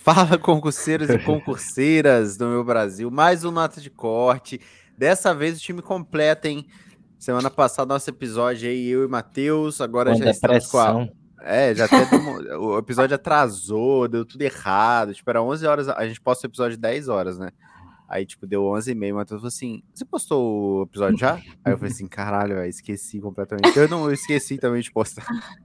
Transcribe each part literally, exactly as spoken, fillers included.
Fala, concurseiros e concurseiras do meu Brasil. Mais um Nota de Corte. Dessa vez o time completo, hein? Semana passada, nosso episódio aí, eu e Matheus. Agora Com já estamos com a. depressão. É, já até demo- o episódio atrasou, deu tudo errado. Tipo, era onze horas. A gente posta o episódio dez horas, né? Aí, tipo, deu onze e meia. O Matheus falou assim: Você postou o episódio já? Aí eu falei assim: Caralho, véio, esqueci completamente. Eu não eu esqueci também de postar.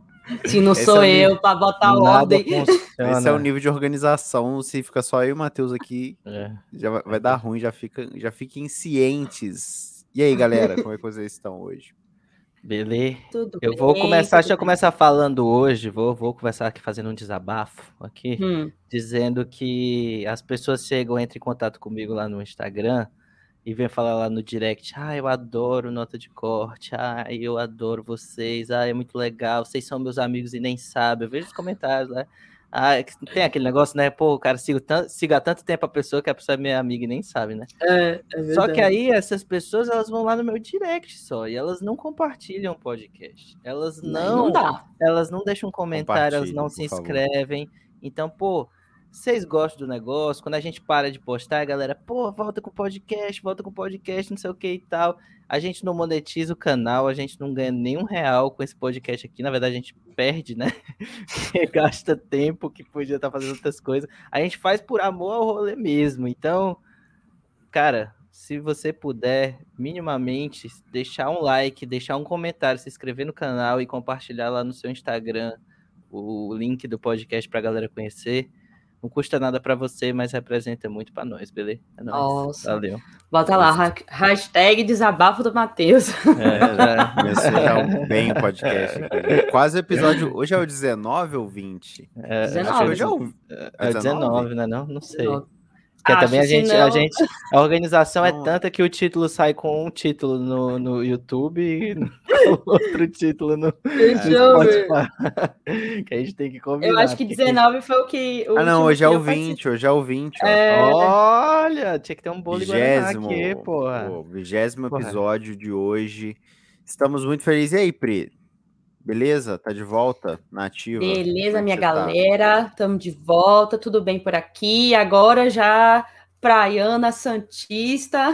Se não Esse sou é o nível- eu pra botar Nada ordem. funciona. Esse é o nível de organização. Se fica só eu e o Matheus aqui, É. já vai, vai dar ruim, já, fica, já fiquem cientes. E aí, galera, como é que vocês estão hoje? Beleza. Tudo Eu bem, vou começar, tudo deixa eu bem. começar falando hoje, vou, vou começar aqui fazendo um desabafo aqui, Hum, dizendo que as pessoas chegam, entram em contato comigo lá no Instagram e vêm falar lá no direct, ah, eu adoro Nota de Corte, ah, eu adoro vocês, ah, é muito legal, vocês são meus amigos e nem sabem. Eu vejo os comentários lá. Ah, tem aquele negócio, né? Pô, cara, sigo tanto, sigo há tanto tempo a pessoa que a pessoa é minha amiga e nem sabe, né? é, é Só que verdade. aí essas pessoas, elas vão lá no meu direct só, e elas não compartilham o podcast. Elas Aí não, não dá. elas não deixam comentário, elas não Compartilhem, se por favor. inscrevem. Então, pô, vocês gostam do negócio, quando a gente para de postar, a galera, pô, volta com o podcast, volta com o podcast, não sei o que e tal. A gente não monetiza o canal, a gente não ganha nenhum real com esse podcast aqui. Na verdade, a gente perde, né? Porque gasta tempo que podia estar fazendo outras coisas. A gente faz por amor ao rolê mesmo. Então, cara, se você puder, minimamente, deixar um like, deixar um comentário, se inscrever no canal e compartilhar lá no seu Instagram o link do podcast pra galera conhecer. Não custa nada pra você, mas representa muito pra nós, beleza? É nóis. Nossa. Valeu. Bota lá, ha- hashtag desabafo do Matheus. É, já... Começou já bem o podcast aqui. Quase o episódio. Hoje é o dezenove ou vinte? É, Acho que dezenove. hoje é o. é dezenove, né? Não, não sei. dezenove. Porque Acho, também a se gente, não- a gente, a organização é Não. tanta que o título sai com um título no, no YouTube e com outro título no, Deixa no eu ver. Spotify. Que a gente tem que combinar. Eu acho que porque dezenove foi o que. O Ah, não, último hoje é que o eu participei. vinte. Hoje é o vinte, ó. É, Olha, tinha que ter um bolo de Guaraná Vigésimo. aqui, porra. Pô, vigésimo Porra. episódio de hoje. Estamos muito felizes. E aí, Pri? Beleza? Tá de volta na ativa? beleza, Como é que minha você tá? galera. Estamos de volta, tudo bem por aqui. Agora já Praiana Santista.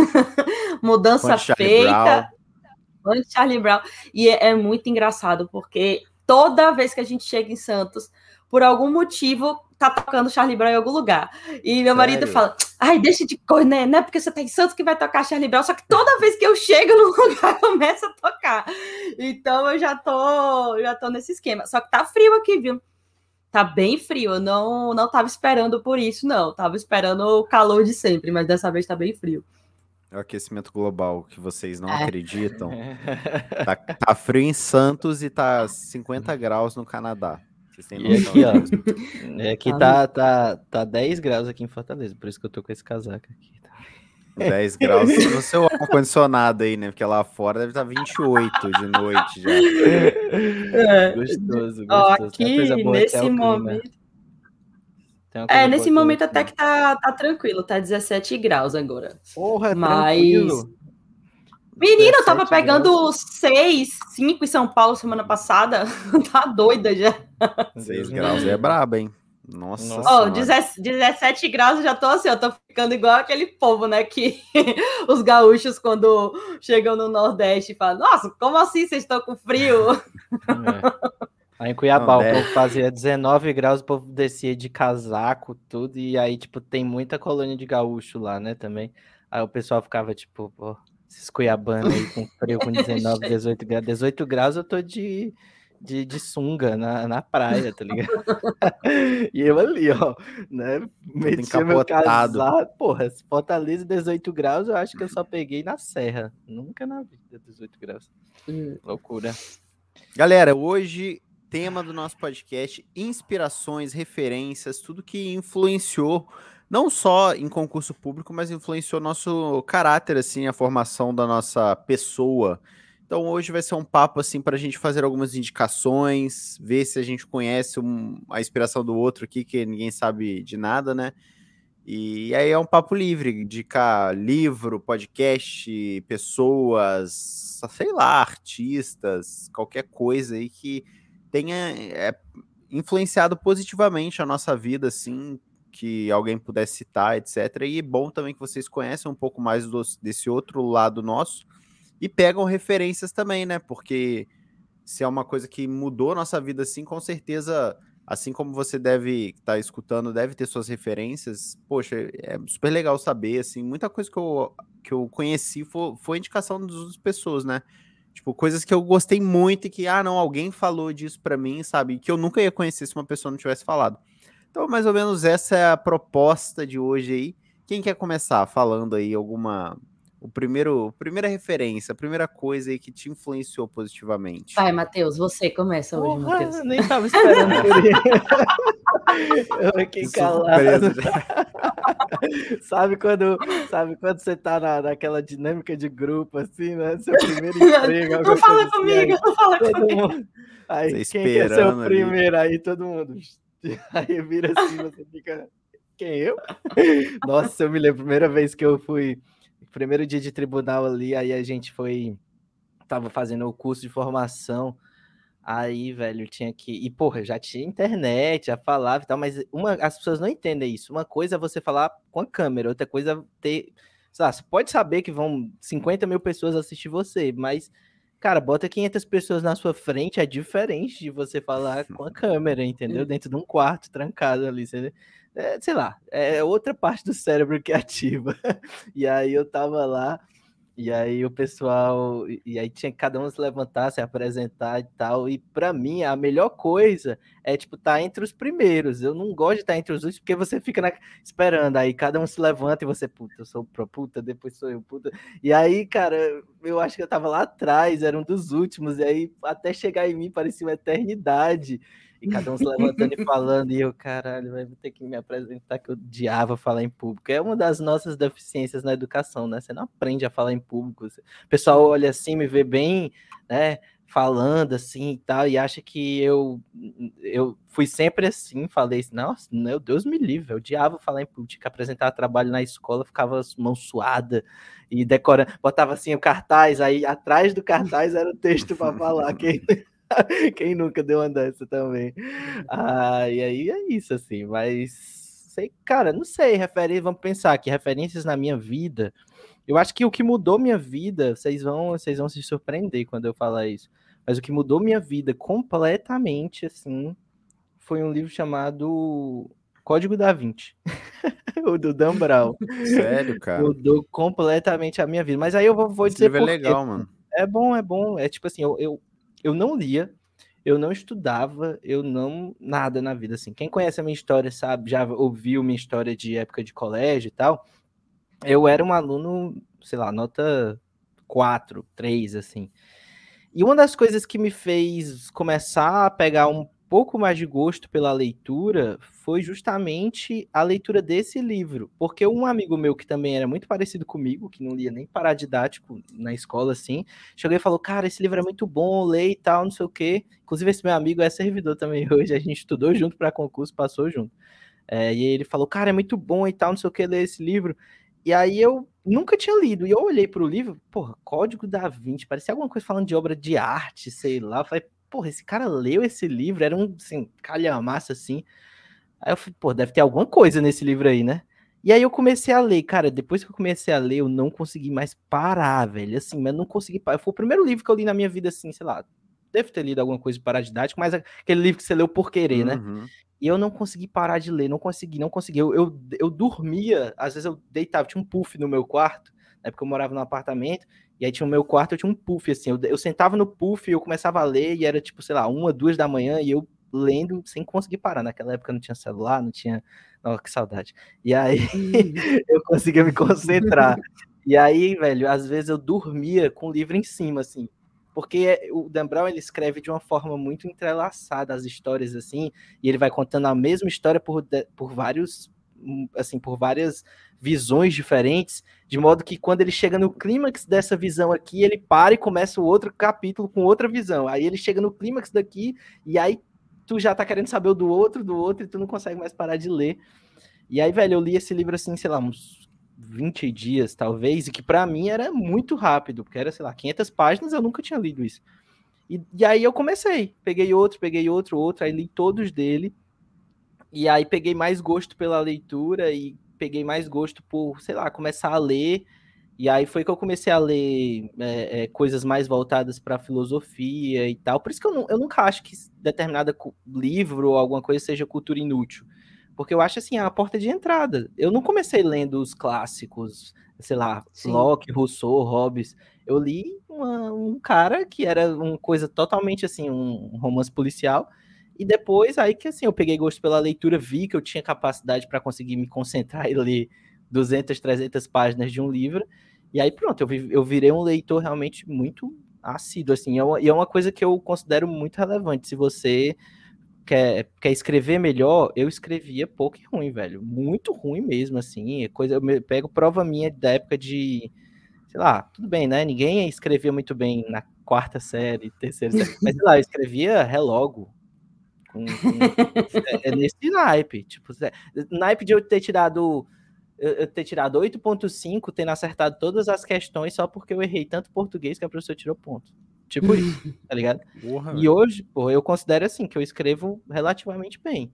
Mudança Fã de Charlie feita. Brown. Fã de Charlie Brown. E é, é muito engraçado, porque toda vez que a gente chega em Santos, por algum motivo, tá tocando Charlie Brown em algum lugar. E meu marido Sério? fala, ai, deixa de coisa, né? Não é porque você tá em Santos que vai tocar Charlie Brown, só que toda vez que eu chego no lugar, começa a tocar. Então eu já tô, já tô nesse esquema. Só que tá frio aqui, viu? Tá bem frio. Eu não, não tava esperando por isso, não. Tava esperando o calor de sempre, mas dessa vez tá bem frio. É o aquecimento global que vocês não É. acreditam. Tá, tá frio em Santos e tá cinquenta graus no Canadá. Vocês têm E noção aqui, ó. disso? É, aqui tá, tá, tá dez graus aqui em Fortaleza, por isso que eu tô com esse casaco aqui. Tá? dez graus no seu ar-condicionado aí, né? Porque lá fora deve estar vinte e oito de noite já. É. Gostoso, Ó, gostoso. Tem uma coisa aqui, boa que é o nesse clima. momento. Tem uma coisa É, boa nesse que é o momento até clima. que tá, tá tranquilo, tá dezessete graus agora. Porra, Mas- tranquilo. Menina, eu tava dezessete pegando graus. seis, cinco em São Paulo semana passada. Tá doida já. seis Deus graus me é livre. braba, hein? Nossa Nossa. Ó, senhora. dezessete graus eu já tô assim, eu tô ficando igual aquele povo, né? Que os gaúchos, quando chegam no Nordeste, falam: Nossa, como assim vocês estão com frio? É. Aí em Cuiabá Não, o deve. povo fazia dezenove graus, o povo descia de casaco, tudo, e aí, tipo, tem muita colônia de gaúcho lá, né, também. Aí o pessoal ficava, tipo, pô, esses cuiabanos aí com frio, com dezenove, dezoito graus. dezoito graus eu tô de, de, de sunga na, na praia, tá ligado? E eu ali, ó, né, metia meu encapotado. casaco. Porra, se Fortaleza dezoito graus, eu acho que eu só peguei na serra. Nunca na vida dezoito graus. Loucura. Galera, hoje, tema do nosso podcast, inspirações, referências, tudo que influenciou, não só em concurso público, mas influenciou nosso caráter, assim, a formação da nossa pessoa. Então hoje vai ser um papo, assim, para a gente fazer algumas indicações, ver se a gente conhece um- a inspiração do outro aqui, que ninguém sabe de nada, né? E aí é um papo livre, indicar livro, podcast, pessoas, sei lá, artistas, qualquer coisa aí que tenha é, influenciado positivamente a nossa vida, assim, que alguém pudesse citar, etcétera. E é bom também que vocês conhecem um pouco mais do, desse outro lado nosso e pegam referências também, né? Porque se é uma coisa que mudou nossa vida, assim, com certeza, assim como você deve estar tá escutando, deve ter suas referências. Poxa, é super legal saber, assim, muita coisa que eu, que eu conheci foi, foi indicação das outras pessoas, né? Tipo, coisas que eu gostei muito e que, ah, não, alguém falou disso pra mim, sabe? Que eu nunca ia conhecer se uma pessoa não tivesse falado. Então, mais ou menos essa é a proposta de hoje aí. Quem quer começar falando aí alguma... O primeiro, primeira referência, a primeira coisa aí que te influenciou positivamente? Vai, Matheus, você começa hoje, Porra, Matheus. eu nem tava esperando por isso. Eu fiquei calado. sabe, quando, sabe quando você tá na, naquela dinâmica de grupo, assim, né? Seu primeiro emprego. Não fala assim, comigo, aí, não fala todo comigo. Mundo, aí, você quem quer ser o ali. primeiro? Aí todo mundo... Aí vira assim, você fica... Quem, eu? Nossa, eu me lembro, primeira vez que eu fui... Primeiro dia de tribunal ali, aí a gente foi... Tava fazendo o curso de formação... Aí, velho, tinha que... E, porra, já tinha internet, já falava e tal, mas uma... as pessoas não entendem isso. Uma coisa é você falar com a câmera, outra coisa é ter... Sei lá, você pode saber que vão cinquenta mil pessoas assistir você, mas, cara, bota quinhentas pessoas na sua frente, é diferente de você falar com a câmera, entendeu? Dentro de um quarto, trancado ali, você... É, sei lá, é outra parte do cérebro que ativa. E aí eu tava lá, e aí o pessoal, e aí tinha que cada um se levantar, se apresentar e tal, e pra mim a melhor coisa é, tipo, estar tá entre os primeiros. Eu não gosto de estar tá entre os últimos, porque você fica na... esperando, aí cada um se levanta e você, puta, eu sou pro puta, depois sou eu, puta. E aí, cara, eu acho que eu tava lá atrás, era um dos últimos, e aí até chegar em mim parecia uma eternidade. E cada um se levantando e falando, e eu, caralho, vai ter que me apresentar, que eu odiava falar em público. É uma das nossas deficiências na educação, né? Você não aprende a falar em público. O pessoal olha assim, me vê bem, né, falando assim e tal, e acha que eu, eu fui sempre assim, falei assim, nossa, meu Deus me livre, eu odiava falar em público, tinha que apresentar trabalho na escola, ficava mão suada e decorando, botava assim o cartaz, aí atrás do cartaz era o texto para falar, quem... Quem nunca deu uma dessa também? Ah, e aí é isso, assim, mas sei, cara, não sei, referência, vamos pensar aqui, referências na minha vida. Eu acho que o que mudou minha vida, vocês vão, vocês vão se surpreender quando eu falar isso, mas o que mudou minha vida completamente, assim, foi um livro chamado Código da Vinci, o do Dan Brown. Sério, cara? Mudou completamente a minha vida, mas aí eu vou, vou dizer por quê. É legal, mano. É bom, é bom, é tipo assim, eu, eu Eu não lia, eu não estudava, eu não... Nada na vida, assim. Quem conhece a minha história, sabe, já ouviu minha história de época de colégio e tal. Eu era um aluno, sei lá, nota quatro, três, assim. E uma das coisas que me fez começar a pegar um pouco mais de gosto pela leitura foi justamente a leitura desse livro, porque um amigo meu que também era muito parecido comigo, que não lia nem paradidático na escola, assim, chegou e falou, cara, esse livro é muito bom, lê e tal, não sei o quê. Inclusive esse meu amigo é servidor também hoje, a gente estudou junto para concurso, passou junto. É, e ele falou, cara, é muito bom e tal, não sei o que, ler esse livro. E aí eu nunca tinha lido, e eu olhei pro livro, porra, Código da Vinci, parecia alguma coisa falando de obra de arte, sei lá, eu falei, porra, esse cara leu esse livro, era um, assim, calhamaço, assim. Aí eu falei, pô, deve ter alguma coisa nesse livro aí, né? E aí eu comecei a ler, cara, depois que eu comecei a ler, eu não consegui mais parar, velho, assim, mas não consegui parar. Foi o primeiro livro que eu li na minha vida, assim, sei lá, devo ter lido alguma coisa paradidática, mas aquele livro que você leu por querer, né? Uhum. E eu não consegui parar de ler, não consegui, não consegui. Eu, eu, eu dormia, às vezes eu deitava, tinha um puff no meu quarto, na época eu morava num apartamento, e aí tinha o meu quarto, eu tinha um puff, assim, eu, eu sentava no puff e eu começava a ler, e era tipo, sei lá, uma, duas da manhã, e eu lendo sem conseguir parar. Naquela época não tinha celular, não tinha... Oh, que saudade. E aí eu conseguia me concentrar. E aí, velho, às vezes eu dormia com o livro em cima, assim, porque o Dan Brown, ele escreve de uma forma muito entrelaçada as histórias, assim, e ele vai contando a mesma história por, por vários, assim, por várias visões diferentes, de modo que quando ele chega no clímax dessa visão aqui, ele para e começa o outro capítulo com outra visão. Aí ele chega no clímax daqui, e aí tu já tá querendo saber o do outro, do outro, e tu não consegue mais parar de ler. E aí, velho, eu li esse livro, assim, sei lá, uns vinte dias, talvez, e que para mim era muito rápido, porque era, sei lá, quinhentas páginas, eu nunca tinha lido isso. E, e aí eu comecei, peguei outro, peguei outro, outro, aí li todos dele, E aí peguei mais gosto pela leitura e peguei mais gosto por, sei lá, começar a ler. E aí foi que eu comecei a ler é, é, coisas mais voltadas para filosofia e tal. Por isso que eu, não, eu nunca acho que determinado livro ou alguma coisa seja cultura inútil. Porque eu acho, assim, a porta de entrada. Eu não comecei lendo os clássicos, sei lá, Sim. Locke, Rousseau, Hobbes. Eu li uma, um cara que era uma coisa totalmente, assim, um romance policial. E depois, aí que, assim, eu peguei gosto pela leitura, vi que eu tinha capacidade para conseguir me concentrar e ler duzentas, trezentas páginas de um livro. E aí, pronto, eu, eu virei um leitor realmente muito assíduo, assim. E é uma coisa que eu considero muito relevante. Se você... Quer, quer escrever melhor, eu escrevia pouco e ruim, velho. Muito ruim mesmo, assim. Coisa, eu pego prova minha da época de, sei lá, tudo bem, né? Ninguém escrevia muito bem na quarta série, terceira série. Mas, sei lá, eu escrevia relogo. Com, com, é, é nesse naipe. Tipo, naipe de eu ter tirado... Eu ter tirado oito ponto cinco, tendo acertado todas as questões só porque eu errei tanto português que a professora tirou ponto. Tipo isso, tá ligado? Porra, e velho. Hoje, pô, eu considero assim, que eu escrevo relativamente bem.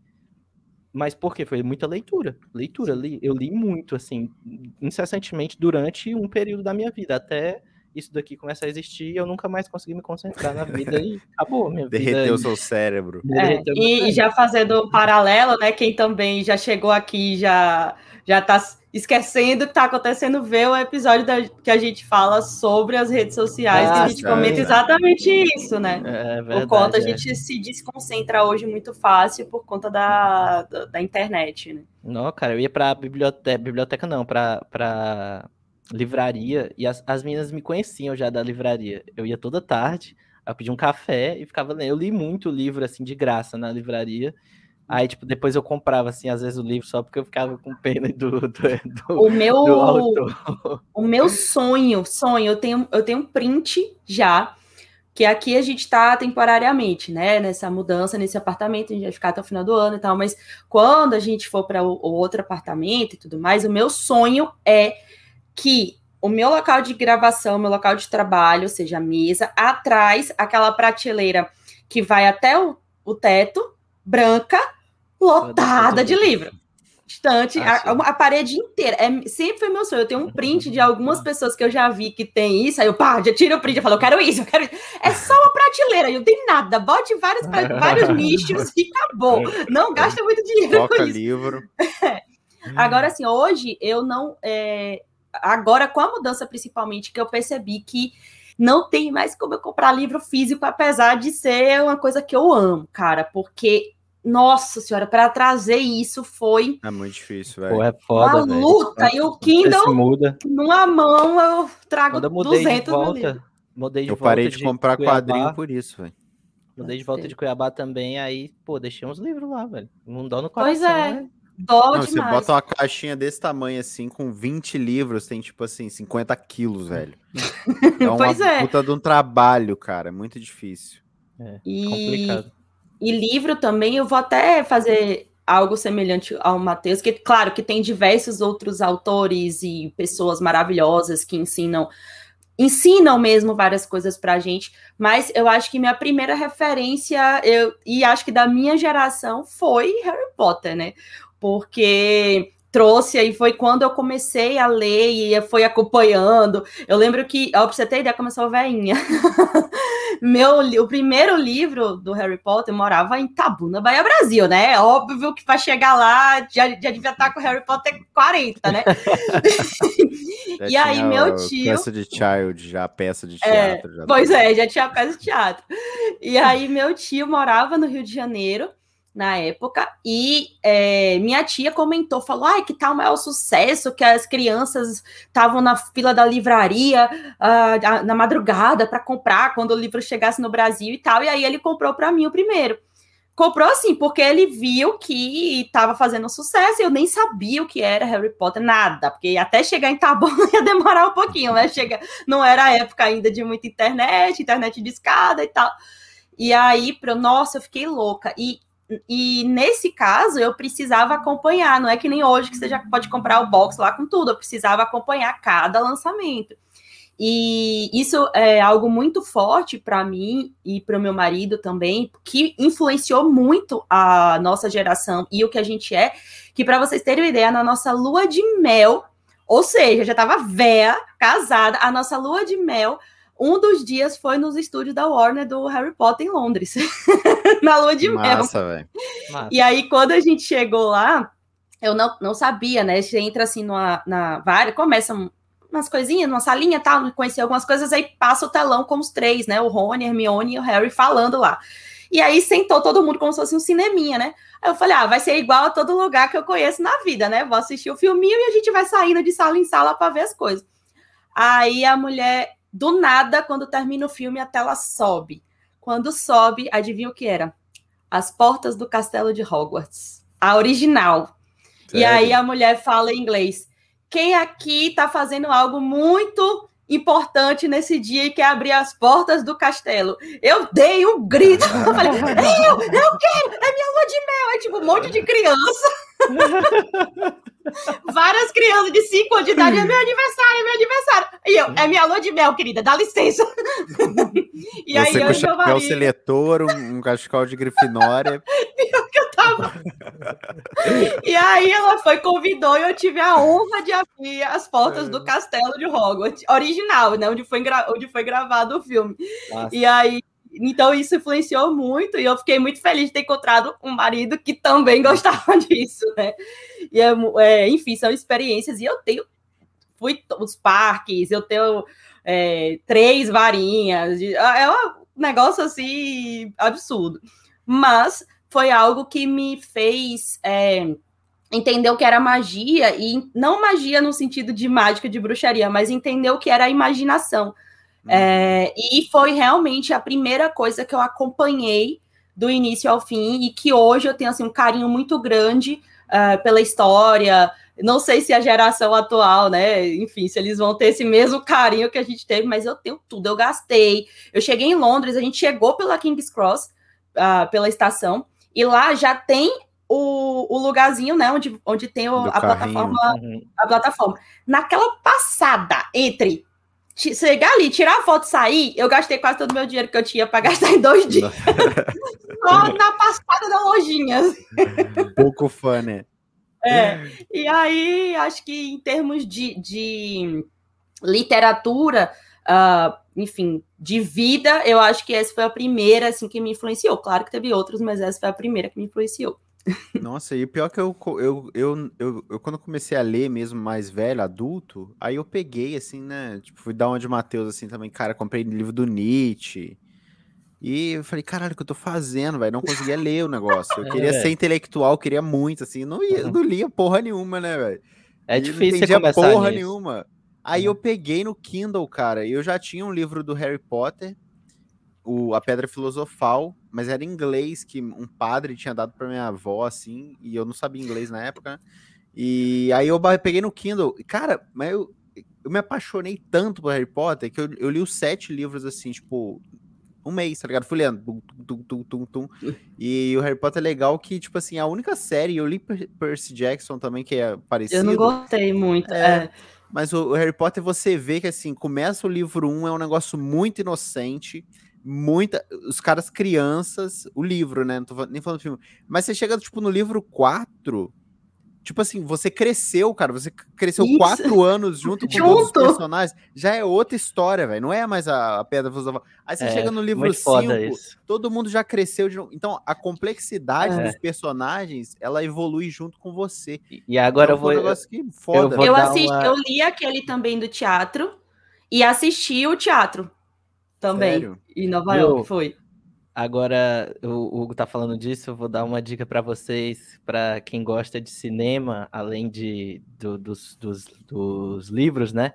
Mas por quê? Foi muita leitura. Leitura, li, eu li muito, assim, incessantemente durante um período da minha vida, até isso daqui começar a existir e eu nunca mais consegui me concentrar na vida e acabou minha Derreteu vida. Derreteu o seu cérebro. É, e, e já fazendo um paralelo, né, quem também já chegou aqui já já tá esquecendo que tá acontecendo, ver o episódio da, que a gente fala sobre as redes sociais, ah, que a gente sim. comenta exatamente isso, né? É verdade, por conta, é. A gente se desconcentra hoje muito fácil por conta da, da, da internet, né? Não, cara, eu ia pra biblioteca, biblioteca não, pra, pra livraria, e as, as meninas me conheciam já da livraria. Eu ia toda tarde, eu pedia um café e ficava lendo. Eu li muito livro, assim, de graça na livraria. Aí, tipo, depois eu comprava, assim, às vezes o livro só porque eu ficava com pena do, do, do, o meu, do autor. O meu sonho, sonho, eu tenho, eu tenho um print já, que aqui a gente tá temporariamente, né, nessa mudança, nesse apartamento, a gente vai ficar até o final do ano e tal, mas quando a gente for para o, o outro apartamento e tudo mais, o meu sonho é que o meu local de gravação, meu local de trabalho, ou seja, a mesa, atrás, aquela prateleira que vai até o, o teto, branca, lotada de livro. Estante, ah, a, a parede inteira. É, sempre foi meu sonho. Eu tenho um print de algumas pessoas que eu já vi que tem isso, aí eu, pá, já tiro o print, eu falo, eu quero isso, eu quero isso. É só uma prateleira, eu não tenho nada. Bote vários, vários nichos e acabou. Não gasta muito dinheiro Foca com isso. Livro. É. Agora, assim, hoje eu não... É, agora, com a mudança, principalmente, que eu percebi que não tem mais como eu comprar livro físico, apesar de ser uma coisa que eu amo, cara, porque... Nossa senhora, para trazer isso foi... É muito difícil, velho. Pô, é foda, uma luta. Véio. E o Kindle, muda. Numa mão, eu trago eu duzentos de volta, mudei de eu volta parei de, de comprar Cuiabá. Quadrinho por isso, velho. Mudei de volta de Cuiabá também, aí, pô, deixei uns livros lá, velho. Não dá no coração, pois é. Né? Dó Não, demais. você bota uma caixinha desse tamanho, assim, com vinte livros, tem, tipo assim, cinquenta quilos, velho. É uma pois é. puta de um trabalho, cara. É muito difícil. É, e... complicado. E livro também, eu vou até fazer algo semelhante ao Matheus, que claro que tem diversos outros autores e pessoas maravilhosas que ensinam, ensinam mesmo várias coisas pra gente, mas eu acho que minha primeira referência, eu, e acho que da minha geração, foi Harry Potter, né? Porque... trouxe, aí foi quando eu comecei a ler e foi acompanhando. Eu lembro que, ó, pra você ter ideia, começou veinha. Meu, o primeiro livro do Harry Potter morava em Itabuna, Bahia, Brasil, né? Óbvio que para chegar lá já, já devia estar com o Harry Potter quarenta, né? Já e aí, meu tio. Peça de Child, já peça de teatro. É, já pois tá. é, já tinha peça de teatro. E aí, meu tio morava no Rio de Janeiro na época, e é, minha tia comentou, falou, ai, que tal o maior sucesso, que as crianças estavam na fila da livraria uh, na madrugada para comprar, quando o livro chegasse no Brasil e tal, e aí ele comprou para mim o primeiro. Comprou, assim, porque ele viu que estava fazendo sucesso, e eu nem sabia o que era Harry Potter, nada, porque até chegar em Itabuna ia demorar um pouquinho, né, Chega, não era a época ainda de muita internet, internet de escada e tal, e aí, pra, nossa, eu fiquei louca, e E nesse caso, eu precisava acompanhar, não é que nem hoje que você já pode comprar o box lá com tudo, eu precisava acompanhar cada lançamento. E isso é algo muito forte para mim e para o meu marido também, que influenciou muito a nossa geração e o que a gente é, que para vocês terem uma ideia, na nossa lua de mel, ou seja, já estava véia, casada, a nossa lua de mel, um dos dias foi nos estúdios da Warner do Harry Potter em Londres, na lua de Massa, mel. velho. E aí, quando a gente chegou lá, eu não, não sabia, né? Você entra assim numa, na várias, começa umas coisinhas, numa salinha, tal, conhecer algumas coisas, aí passa o telão com os três, né? O Rony, a Hermione e o Harry falando lá. E aí sentou todo mundo como se fosse um cineminha, né? Aí eu falei, ah, vai ser igual a todo lugar que eu conheço na vida, né? Vou assistir o filminho e a gente vai saindo de sala em sala para ver as coisas. Aí a mulher, do nada, quando termina o filme, a tela sobe. Quando sobe, adivinha o que era? As Portas do Castelo de Hogwarts. A original. Sério? E aí a mulher fala em inglês, quem aqui tá fazendo algo muito importante nesse dia e quer abrir as portas do castelo? Eu dei um grito. Eu falei, eu, eu quero, é minha lua de mel. É tipo um monte de criança. Várias crianças de cinco anos de idade, é meu aniversário, é meu aniversário. E eu, é minha lua de mel, querida, dá licença. E Você aí, com eu o chapéu seletor, um, um cachecol de Grifinória. Pior que eu tava. E aí ela foi, convidou e eu tive a honra de abrir as portas do castelo de Hogwarts, original, né? Onde foi, gra... onde foi gravado o filme. Nossa. E aí, então isso influenciou muito e eu fiquei muito feliz de ter encontrado um marido que também gostava disso, né? E é, é, enfim, são experiências e eu tenho, fui os parques, eu tenho é, três varinhas, é um negócio assim absurdo, mas foi algo que me fez é, entender o que era magia, e não magia no sentido de mágica, de bruxaria, mas entender o que era a imaginação. Uhum. É, e foi realmente a primeira coisa que eu acompanhei do início ao fim, e que hoje eu tenho assim, um carinho muito grande uh, pela história. Não sei se a geração atual, né, enfim, se eles vão ter esse mesmo carinho que a gente teve, mas eu tenho tudo, eu gastei. Eu cheguei em Londres, a gente chegou pela King's Cross, uh, pela estação, e lá já tem o, o lugarzinho, né, onde, onde tem o, a, plataforma, uhum. a plataforma. Naquela passada entre chegar ali, tirar a foto e sair, eu gastei quase todo o meu dinheiro que eu tinha para gastar em dois dias. Só na passada da lojinha. Pouco fã, né? É, e aí, acho que em termos de, de literatura, uh, enfim, de vida, eu acho que essa foi a primeira, assim, que me influenciou. Claro que teve outros, mas essa foi a primeira que me influenciou. Nossa, e o pior que eu, eu, eu, eu, eu, quando comecei a ler mesmo mais velho, adulto, aí eu peguei, assim, né, tipo, fui dar uma de Matheus, assim, também, cara, comprei livro do Nietzsche, e eu falei, caralho, o que eu tô fazendo, velho, não conseguia ler o negócio, eu é, queria ser intelectual, queria muito, assim, não, ia, não lia porra nenhuma, né, velho. É e difícil não você começar porra nisso. nenhuma. Aí uhum. eu peguei no Kindle, cara, e eu já tinha um livro do Harry Potter, o, a Pedra Filosofal, mas era em inglês, que um padre tinha dado pra minha avó, assim, e eu não sabia inglês na época, né? E aí eu peguei no Kindle, e cara, mas eu, eu me apaixonei tanto por Harry Potter, que eu, eu li os sete livros, assim, tipo, um mês, tá ligado? Fui lendo, tum, tum, tum, tum, tum. E o Harry Potter é legal que, tipo assim, a única série, eu li Percy Jackson também, que é parecido. Eu não gostei muito, é... é. Mas o, o Harry Potter, você vê que, assim, começa o livro um, é um negócio muito inocente, muita, os caras crianças, o livro, né, não tô nem falando do filme, mas você chega, tipo, no livro quatro, tipo assim, você cresceu, cara, você cresceu Isso. quatro anos junto com todos os personagens, já é outra história, velho, não é mais a, a Pedra Filosofal. Aí você é, chega no livro cinco, todo mundo já cresceu de novo, então a complexidade é. dos personagens, ela evolui junto com você. E agora então, eu vou... Um negócio que foda. Eu, eu, assisti, uma... eu li aquele também do teatro, e assisti o teatro. Também, Sério? Em Nova Meu, York, foi. Agora, o Hugo tá falando disso, eu vou dar uma dica para vocês, para quem gosta de cinema, além de, do, dos, dos, dos livros, né?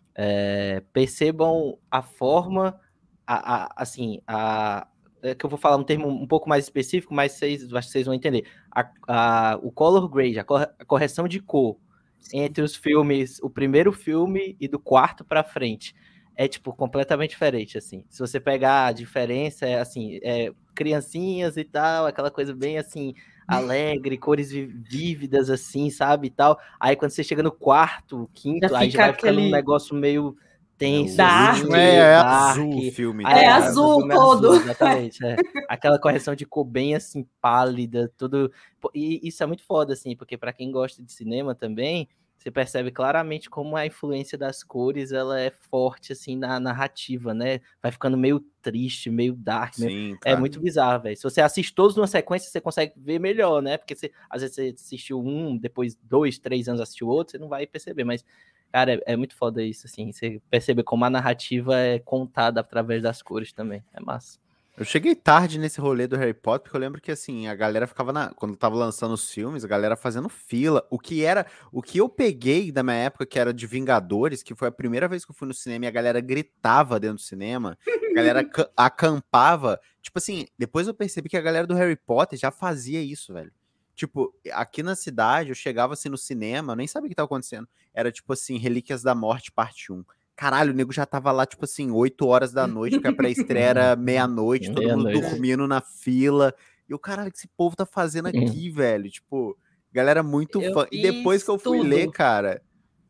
É, percebam a forma, a, a, assim, a, é que eu vou falar um termo um pouco mais específico, mas vocês, acho que vocês vão entender. A, a, o color grade, a, cor, a correção de cor entre os filmes, o primeiro filme e do quarto para frente. É, tipo, completamente diferente, assim. Se você pegar a diferença, é, assim, é, criancinhas e tal, aquela coisa bem, assim, alegre, cores vívidas, assim, sabe, e tal. Aí, quando você chega no quarto, quinto, já aí já vai aquele... ficando um negócio meio tenso. Dark. assim, É, é dark. azul o filme. É, tá? azul o filme é todo. exatamente. É. Aquela correção de cor bem assim, pálida, tudo. Pô, E isso é muito foda, assim, porque pra quem gosta de cinema também, você percebe claramente como a influência das cores ela é forte, assim, na narrativa, né? Vai ficando meio triste, meio dark, meio... Sim, É cara. muito bizarro, velho. Se você assiste todos numa sequência, você consegue ver melhor, né? Porque você, às vezes você assistiu um, depois dois, três anos assistiu outro, você não vai perceber, mas, cara, é, é muito foda isso, assim. Você percebe como a narrativa é contada através das cores também. É massa. Eu cheguei tarde nesse rolê do Harry Potter, porque eu lembro que assim, a galera ficava na. Quando tava lançando os filmes, a galera fazendo fila. O que era. O que eu peguei da minha época, que era de Vingadores, que foi a primeira vez que eu fui no cinema e a galera gritava dentro do cinema, a galera ca- acampava. Tipo assim, depois eu percebi que a galera do Harry Potter já fazia isso, velho. Tipo, aqui na cidade, eu chegava assim no cinema, eu nem sabia o que tava acontecendo. Era tipo assim, Relíquias da Morte, parte um. Caralho, o nego já tava lá, tipo assim, oito horas da noite, porque a pré-estreia era meia-noite, todo mundo Meia-noite. dormindo na fila. E o caralho, o que esse povo tá fazendo aqui, velho? Tipo, galera muito Eu fã. E depois fiz que eu fui tudo. ler, cara,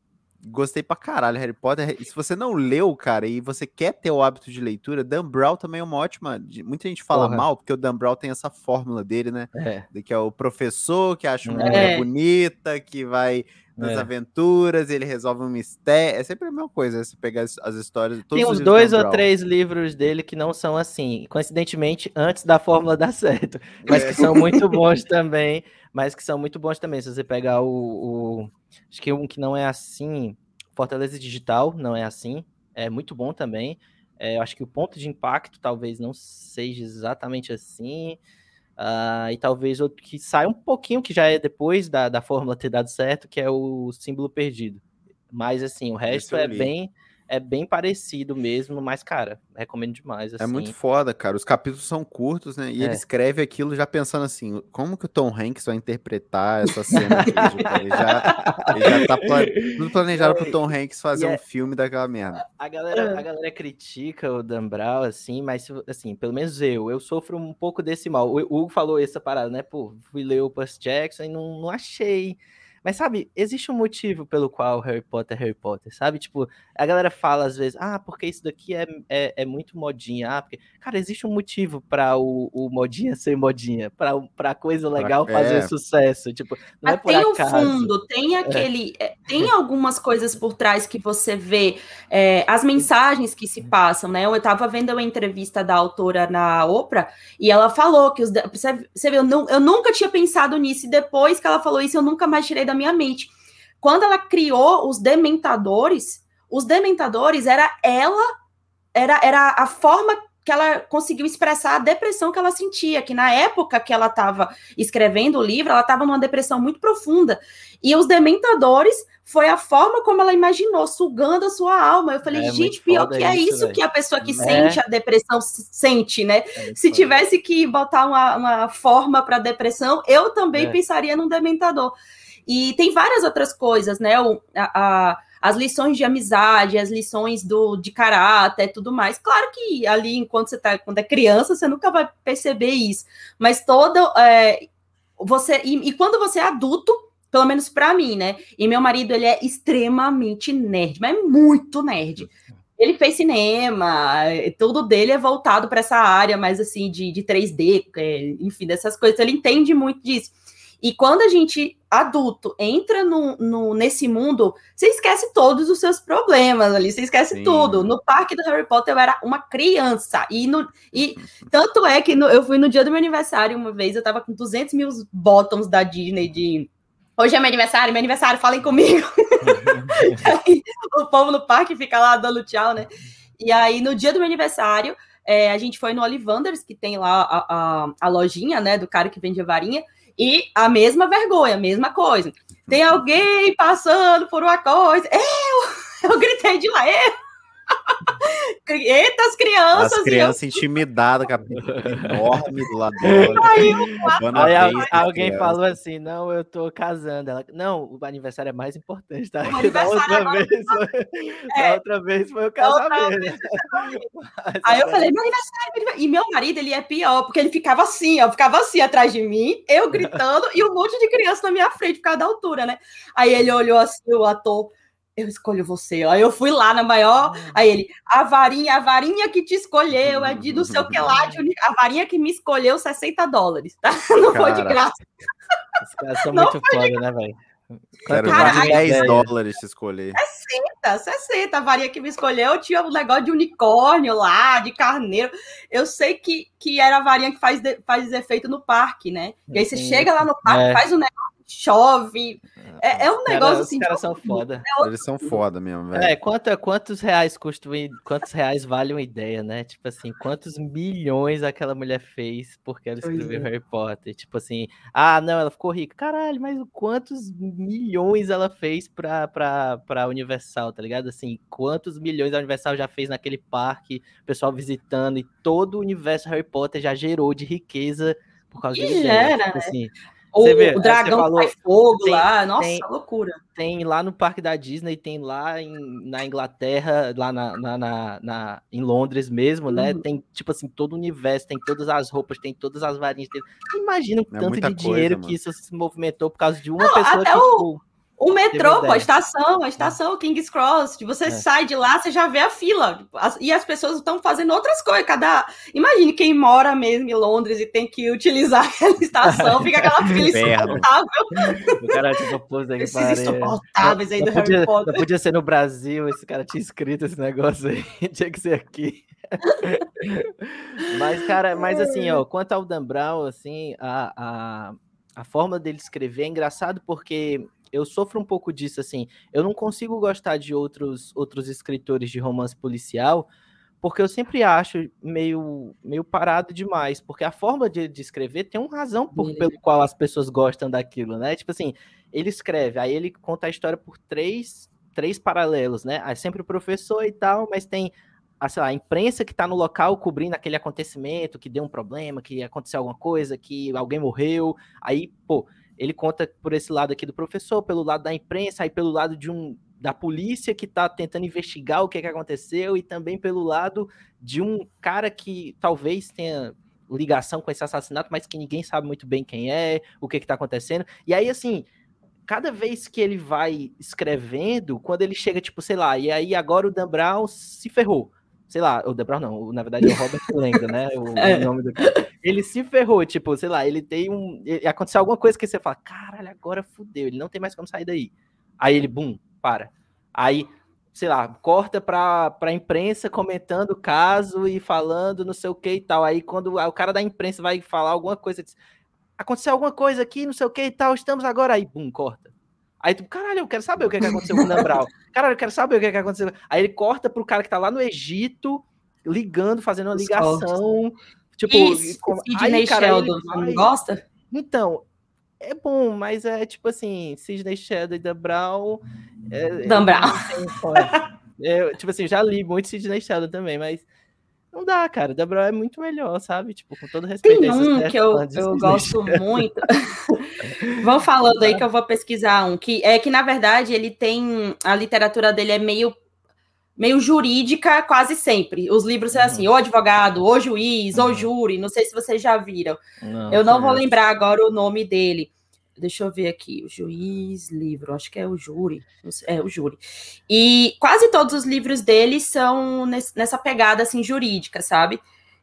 gostei pra caralho, Harry Potter. E se você não leu, cara, e você quer ter o hábito de leitura, Dan Brown também é uma ótima. de- Muita gente fala Porra. mal, porque o Dan Brown tem essa fórmula dele, né? É. De que é o professor que acha uma É. mulher bonita, que vai nas É. aventuras, ele resolve um mistério. É sempre a mesma coisa, você pegar as, as histórias, todos Tem os uns livros do dois Dan ou Brown. três livros dele que não são assim, coincidentemente, antes da fórmula dar certo, mas É. que são muito bons também, mas que são muito bons também. Se você pegar o, o- acho que um que não é assim, Fortaleza Digital, não é assim, é muito bom também. É, eu acho que o Ponto de Impacto talvez não seja exatamente assim. Ah, e talvez outro que sai um pouquinho, que já é depois da, da fórmula ter dado certo, que é o Símbolo Perdido. Mas assim, o resto eu é li. bem é bem parecido mesmo, mas cara, recomendo demais É muito assim. foda, cara. Os capítulos são curtos, né? E ele É. escreve aquilo já pensando assim, como que o Tom Hanks vai interpretar essa cena aqui? Tipo, ele já, ele já tá pla- tudo planejado pro Tom Hanks fazer E um é- filme daquela merda. A galera, a galera critica o Dan Brown, assim, mas, se- assim, pelo menos eu, eu sofro um pouco desse mal. O Hugo falou essa parada, né? Pô, fui ler o Percy Jackson e não, não achei. Mas, sabe, existe um motivo pelo qual Harry Potter é Harry Potter, sabe? Tipo, a galera fala às vezes, ah, porque isso daqui é, é, é muito modinha. Ah, porque... Cara, existe um motivo pra o, o modinha ser modinha, pra, pra coisa Pra- legal fazer é, sucesso. Tipo, não é Mas por tem o acaso. fundo, tem aquele. é, Tem algumas coisas por trás que você vê, é, as mensagens que se passam, né? Eu estava vendo uma entrevista da autora na Oprah e ela falou que os. de- Você, você vê, eu, não, eu nunca tinha pensado nisso, e depois que ela falou isso, eu nunca mais tirei da minha mente. Quando ela criou os dementadores, os dementadores era ela, era, era a forma que ela conseguiu expressar a depressão que ela sentia, que na época que ela estava escrevendo o livro, ela estava numa depressão muito profunda. E os dementadores foi a forma como ela imaginou, sugando a sua alma. Eu falei, É gente, muito pior foda que é isso, isso velho. que a pessoa que É. sente a depressão s- sente, né? É muito Se foda. tivesse que botar uma, uma forma para depressão, eu também É. pensaria num dementador. E tem várias outras coisas, né? O, a, a, as lições de amizade, as lições do, de caráter e tudo mais. Claro que ali, enquanto você tá, quando é criança, você nunca vai perceber isso. Mas toda. É, você, e, e quando você é adulto, pelo menos para mim, né? E meu marido, ele é extremamente nerd, mas é muito nerd. Ele fez cinema, tudo dele é voltado para essa área mais assim de, de três D, é, enfim, dessas coisas. Ele entende muito disso. E quando a gente, adulto, entra no, no, nesse mundo, você esquece todos os seus problemas ali, você esquece Sim. tudo. No parque do Harry Potter eu era uma criança. E, no, e tanto é que no, eu fui no dia do meu aniversário uma vez, eu tava com duzentos mil bottoms da Disney de... Hoje é meu aniversário, meu aniversário, falem comigo. Aí, o povo no parque fica lá dando tchau, né? E aí, no dia do meu aniversário, é, a gente foi no Ollivanders, que tem lá a, a, a lojinha, né, do cara que vende a varinha, e a mesma vergonha, a mesma coisa. Tem alguém passando por uma coisa. Eu! Eu gritei de lá, eu! Eita, as crianças! As crianças eu... intimidadas, com a Bíblia enorme do lado dela. Aí, roubando aí a vez alguém falou assim, não, eu tô casando. Ela, não, o aniversário é mais importante, tá? O da outra, agora... vez, foi... é. da outra vez foi o casamento. Vez, aí eu falei, meu aniversário, meu aniversário, e meu marido, ele é pior, porque ele ficava assim, ó, ficava assim atrás de mim, eu gritando, e um monte de criança na minha frente, por causa da altura, né? Aí ele olhou assim, o ator, eu escolho você. Aí eu fui lá na maior, aí ele, a varinha, a varinha que te escolheu é de não sei o que lá, de uni... a varinha que me escolheu sessenta dólares, tá? Não Cara, foi de graça. Os caras são Não muito foda, né, velho? Quero Cara, mais de aí- dez dólares te escolher. sessenta, sessenta, a varinha que me escolheu tinha um negócio de unicórnio lá, de carneiro. Eu sei que, que era a varinha que faz, de, faz efeito no parque, né? E aí você Sim, chega lá no parque, é. faz um negócio, chove. É, é um Os negócio cara- assim. Os caras de- são foda. Eles são foda mesmo, velho. É, quanto, quantos reais custa, quantos reais vale uma ideia, né? Tipo assim, quantos milhões aquela mulher fez porque ela Pois escreveu é. Harry Potter? Tipo assim, ah, não, ela ficou rica. Caralho, mas quantos milhões ela fez pra, pra, pra Universal, tá ligado? Assim, quantos milhões a Universal já fez naquele parque, o pessoal visitando, e todo o universo Harry Potter já gerou de riqueza por causa de uma E ideia. gera, Tipo né? assim, O, você vê, o aí dragão você falou, faz fogo tem- lá. Nossa, tem- loucura. tem lá no parque da Disney, tem lá em, na Inglaterra, lá na, na, na, na- em Londres mesmo, né? Uhum. Tem, tipo assim, todo o universo, tem todas as roupas, tem todas as varinhas dele. Imagina o É tanto muita de coisa, dinheiro mano. que isso se movimentou por causa de uma Não, pessoa até que, o- tipo... O Teve metrô, pô, a ideia. estação, a estação King's Cross, de você É. sai de lá, você já vê a fila. As- e as pessoas estão fazendo outras coisas. Cada. Imagine quem mora mesmo em Londres e tem que utilizar aquela estação, fica aquela fila Inferno. insuportável. O cara, tipo, pôs aí, Esses parei. insuportáveis aí Não do Harry podia, Potter. não podia ser no Brasil, esse cara tinha escrito esse negócio aí, tinha que ser aqui. Mas, cara, mas assim, ó, quanto ao Dan Brown, assim, a, a, a forma dele escrever é engraçado porque eu sofro um pouco disso, assim, eu não consigo gostar de outros, outros escritores de romance policial, porque eu sempre acho meio, meio parado demais, porque a forma de, de escrever tem uma razão por, Dele, pelo qual as pessoas gostam daquilo, né? Tipo assim, ele escreve, aí ele conta a história por três, três paralelos, né? Aí sempre o professor e tal, mas tem a, sei lá, a imprensa que tá no local cobrindo aquele acontecimento, que deu um problema, que aconteceu alguma coisa, que alguém morreu, aí, pô, ele conta por esse lado aqui do professor, pelo lado da imprensa, aí pelo lado de um da polícia que está tentando investigar o que, que aconteceu e também pelo lado de um cara que talvez tenha ligação com esse assassinato, mas que ninguém sabe muito bem quem é, o que está acontecendo. E aí, assim, cada vez que ele vai escrevendo, quando ele chega, tipo, sei lá, e aí agora o Dan Brown se ferrou. Sei lá, o Dan Brown não, na verdade é o Robert Langdon, né? O, É. o nome do cara. Ele se ferrou, tipo, sei lá, ele tem um. Ele, aconteceu alguma coisa que você fala, caralho, agora fudeu, ele não tem mais como sair daí. Aí ele, bum, para. Aí, sei lá, corta pra, pra imprensa comentando o caso e falando não sei o que e tal. Aí quando o cara da imprensa vai falar alguma coisa, diz, aconteceu alguma coisa aqui, não sei o que e tal, estamos agora aí, bum, corta. Aí tu, caralho, eu quero saber o que, é que aconteceu com o Dan Brown. Caralho, eu quero saber o que, é que aconteceu. Aí ele corta pro cara que tá lá no Egito, ligando, fazendo uma Os ligação. Tipo, E como- Sidney aí, cara, ele Sheldon, você vai... não gosta? Então, é bom, mas é tipo assim, Sidney Sheldon e Dan Brown. É, Dan eu Brown. não tenho- é, tipo assim, já li muito Sidney Sheldon também, mas não dá, cara. Dan Brown é muito melhor, sabe? Tipo, com todo respeito. Tem a esses um que eu, fãs de eu Sidney gosto muito. Vão falando aí que eu vou pesquisar um. Que é que, na verdade, ele tem. A literatura dele é meio, meio jurídica quase sempre. Os livros são assim, ou advogado, ou juiz, ou Uhum. júri. Não sei se vocês já viram. Não, Eu não vou conheço. lembrar agora o nome dele. Deixa eu ver aqui. O juiz, livro. Acho que é o júri. Não sei, É, o júri. E quase todos os livros dele são nesse- nessa pegada, assim, jurídica, sabe?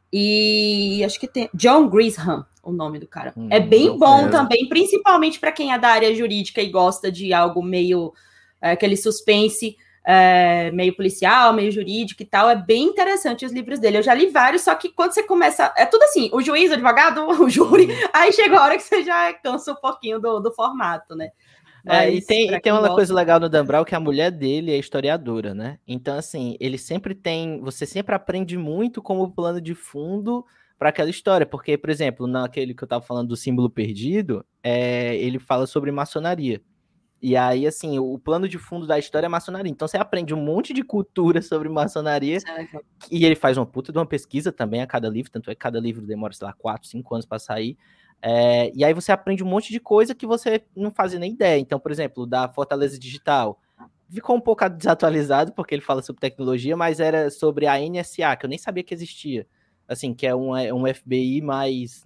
E acho que tem John Grisham, o nome do cara. Hum, é bem não bom conheço. também, principalmente para quem é da área jurídica e gosta de algo meio é, aquele suspense é, meio policial, meio jurídico e tal. É bem interessante os livros dele. Eu já li vários, só que quando você começa. É tudo assim: o juiz, o advogado, o júri. Aí chega a hora que você já cansa um pouquinho do, do formato, né? É, e Mas, tem, pra e tem quem uma gosta- coisa legal no Dan Brown, que a mulher dele é historiadora, né? Então, assim, ele sempre tem... Você sempre aprende muito como plano de fundo para aquela história. Porque, por exemplo, naquele que eu tava falando do símbolo perdido, é, ele fala sobre maçonaria. E aí, assim, o plano de fundo da história é maçonaria. Então, você aprende um monte de cultura sobre maçonaria. E ele faz uma puta de uma pesquisa também a cada livro. Tanto é que cada livro demora, sei lá, quatro, cinco anos para sair. É, e aí você aprende um monte de coisa que você não fazia nem ideia. Então, por exemplo, da Fortaleza Digital. Ficou um pouco desatualizado, porque ele fala sobre tecnologia, mas era sobre a N S A, que eu nem sabia que existia. Assim, que é um, um F B I mais, né,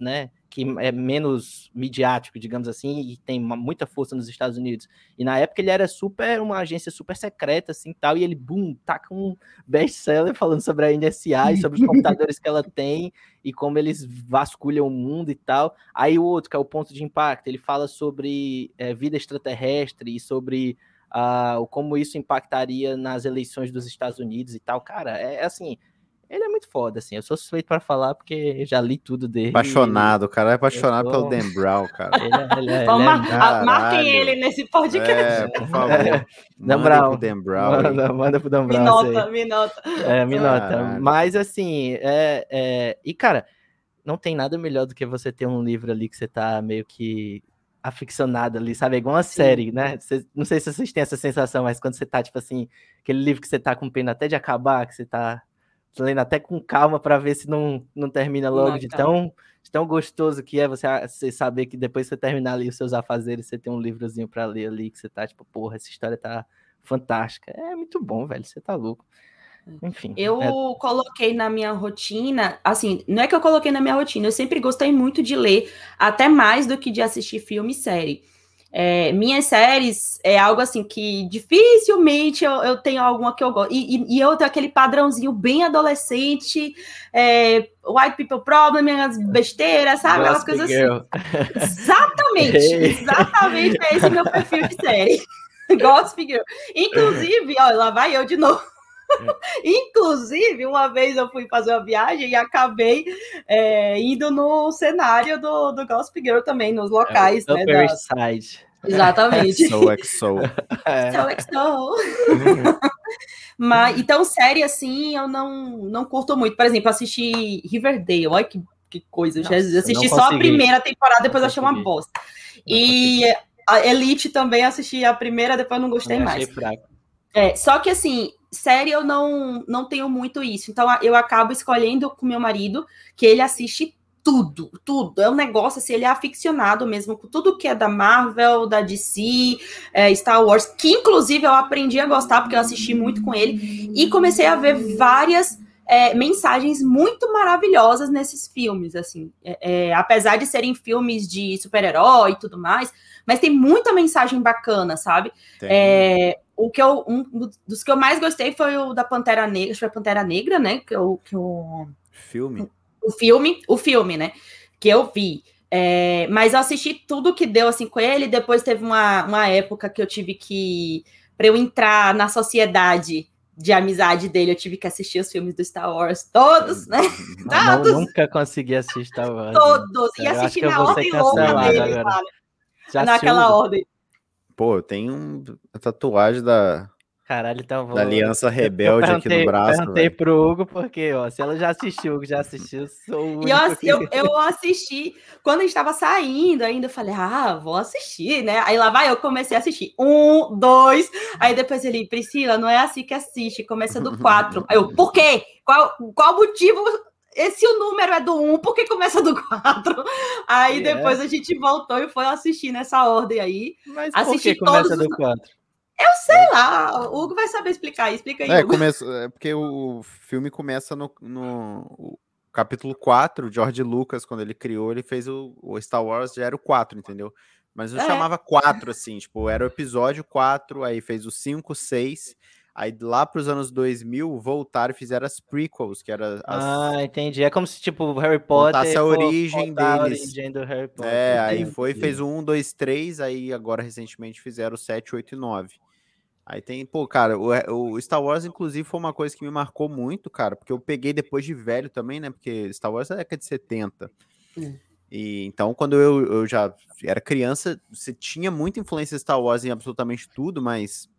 que é menos midiático, digamos assim, e tem uma, muita força nos Estados Unidos. E na época ele era super, uma agência super secreta, assim, tal, e ele, bum, taca um best-seller falando sobre a N S A e sobre os computadores que ela tem e como eles vasculham o mundo e tal. Aí o outro, que é o Ponto de Impacto, ele fala sobre é, vida extraterrestre e sobre uh, como isso impactaria nas eleições dos Estados Unidos e tal. Cara, é assim... Ele é muito foda, assim. Eu sou suspeito para falar porque já li tudo dele. Apaixonado, o cara é apaixonado sou... pelo Dan Brown, cara. Ele é, ele é, Vamos ele é... mar... Marquem ele nesse podcast. É, por favor. É. Dan Manda Brown. pro Dan Brown. Manda, manda pro Dan Me Brown. nota, me nota. É, me nota. Caralho. Mas, assim, é, é... E, cara, não tem nada melhor do que você ter um livro ali que você tá meio que aficionado ali, sabe? É igual uma Sim. série, né? Você, não sei se vocês têm essa sensação, mas quando você tá, tipo assim, aquele livro que você tá com pena até de acabar, que você tá... lendo até com calma para ver se não, não termina logo não, de, tão, de tão gostoso que é você, você saber que depois que você terminar ali os seus afazeres, você tem um livrozinho para ler ali, que você tá tipo, porra, essa história tá fantástica. É muito bom, velho, você tá louco. Enfim. Eu é... coloquei na minha rotina, assim, não é que eu coloquei na minha rotina, eu sempre gostei muito de ler, até mais do que de assistir filme e série. É, minhas séries é algo assim que dificilmente eu, eu tenho alguma que eu gosto. E, e, e eu tenho aquele padrãozinho bem adolescente, é, white people problem, as besteiras, sabe? Aquelas coisas girl. assim. Exatamente, exatamente. É esse meu perfil de série. Gossip Girl. Inclusive, ó, lá vai eu de novo. Inclusive, uma vez eu fui fazer uma viagem e acabei é, indo no cenário do, do Gossip Girl também, nos locais, é, né? Upper East Side. Exatamente. So X O. É. So X O. Mas, então, série, assim, eu não, não curto muito. Por exemplo, assisti Riverdale. Olha que, que coisa. Nossa, eu assisti só a primeira temporada, depois achei uma bosta. Não e consegui. A Elite também assisti a primeira, depois não gostei eu mais. Achei fraco. É, só que, assim, série eu não, não tenho muito isso. Então, eu acabo escolhendo com meu marido, que ele assiste tudo, tudo. É um negócio, assim, ele é aficionado mesmo com tudo que é da Marvel, da D C, é, Star Wars, que, inclusive, eu aprendi a gostar, porque eu assisti muito com ele, e comecei a ver várias é, mensagens muito maravilhosas nesses filmes, assim. É, é, apesar de serem filmes de super-herói e tudo mais, mas tem muita mensagem bacana, sabe? É, o que eu, um dos que eu mais gostei foi o da Pantera Negra, acho que foi a Pantera Negra, né? Que eu, que eu, filme? O filme, o filme, né? Que eu vi. É, mas eu assisti tudo que deu assim com ele. Depois teve uma, uma época que eu tive que, para eu entrar na sociedade de amizade dele, eu tive que assistir os filmes do Star Wars, todos, né? Não, todos. Nunca consegui assistir Star Wars. Todos. E assisti na ordem louca dele, sabe? Naquela ciúme. ordem. Pô, eu tenho um, a tatuagem da, Caralho, então vou... da Aliança Rebelde aqui no braço. Eu perguntei véio. pro Hugo, porque, ó, se ela já assistiu, o Hugo já assistiu, sou o E eu, que... eu, eu assisti, quando a gente tava saindo ainda, eu falei, ah, vou assistir, né? Aí lá vai, eu comecei a assistir. Um, dois, aí depois ele, Priscila, não é assim que assiste, começa do quatro. Aí eu, por quê? Qual, qual motivo... Esse o número é do um, por que começa do quatro? Aí yeah. depois a gente voltou e foi assistir nessa ordem aí. Mas por que começa do quatro? Eu sei lá, o Hugo vai saber explicar. Explica aí, é, Hugo. Começa, é porque o filme começa no, no capítulo quatro, George Lucas, quando ele criou, ele fez o, o Star Wars, já era o quatro, entendeu? Mas não é. chamava quatro, assim, tipo, era o episódio quatro, aí fez o cinco, seis... Aí lá para os anos dois mil, voltaram e fizeram as prequels, que era as... Ah, entendi. É como se, tipo, o Harry Potter... a origem deles. A origem do Harry Potter. É, aí foi, fez o um, dois, três, aí agora recentemente fizeram o sete, oito e nove. Aí tem, pô, cara, o, o Star Wars, inclusive, foi uma coisa que me marcou muito, cara, porque eu peguei depois de velho também, né, porque Star Wars é da década de setenta. Hum. E então, quando eu, eu já era criança, você tinha muita influência de Star Wars em absolutamente tudo, mas...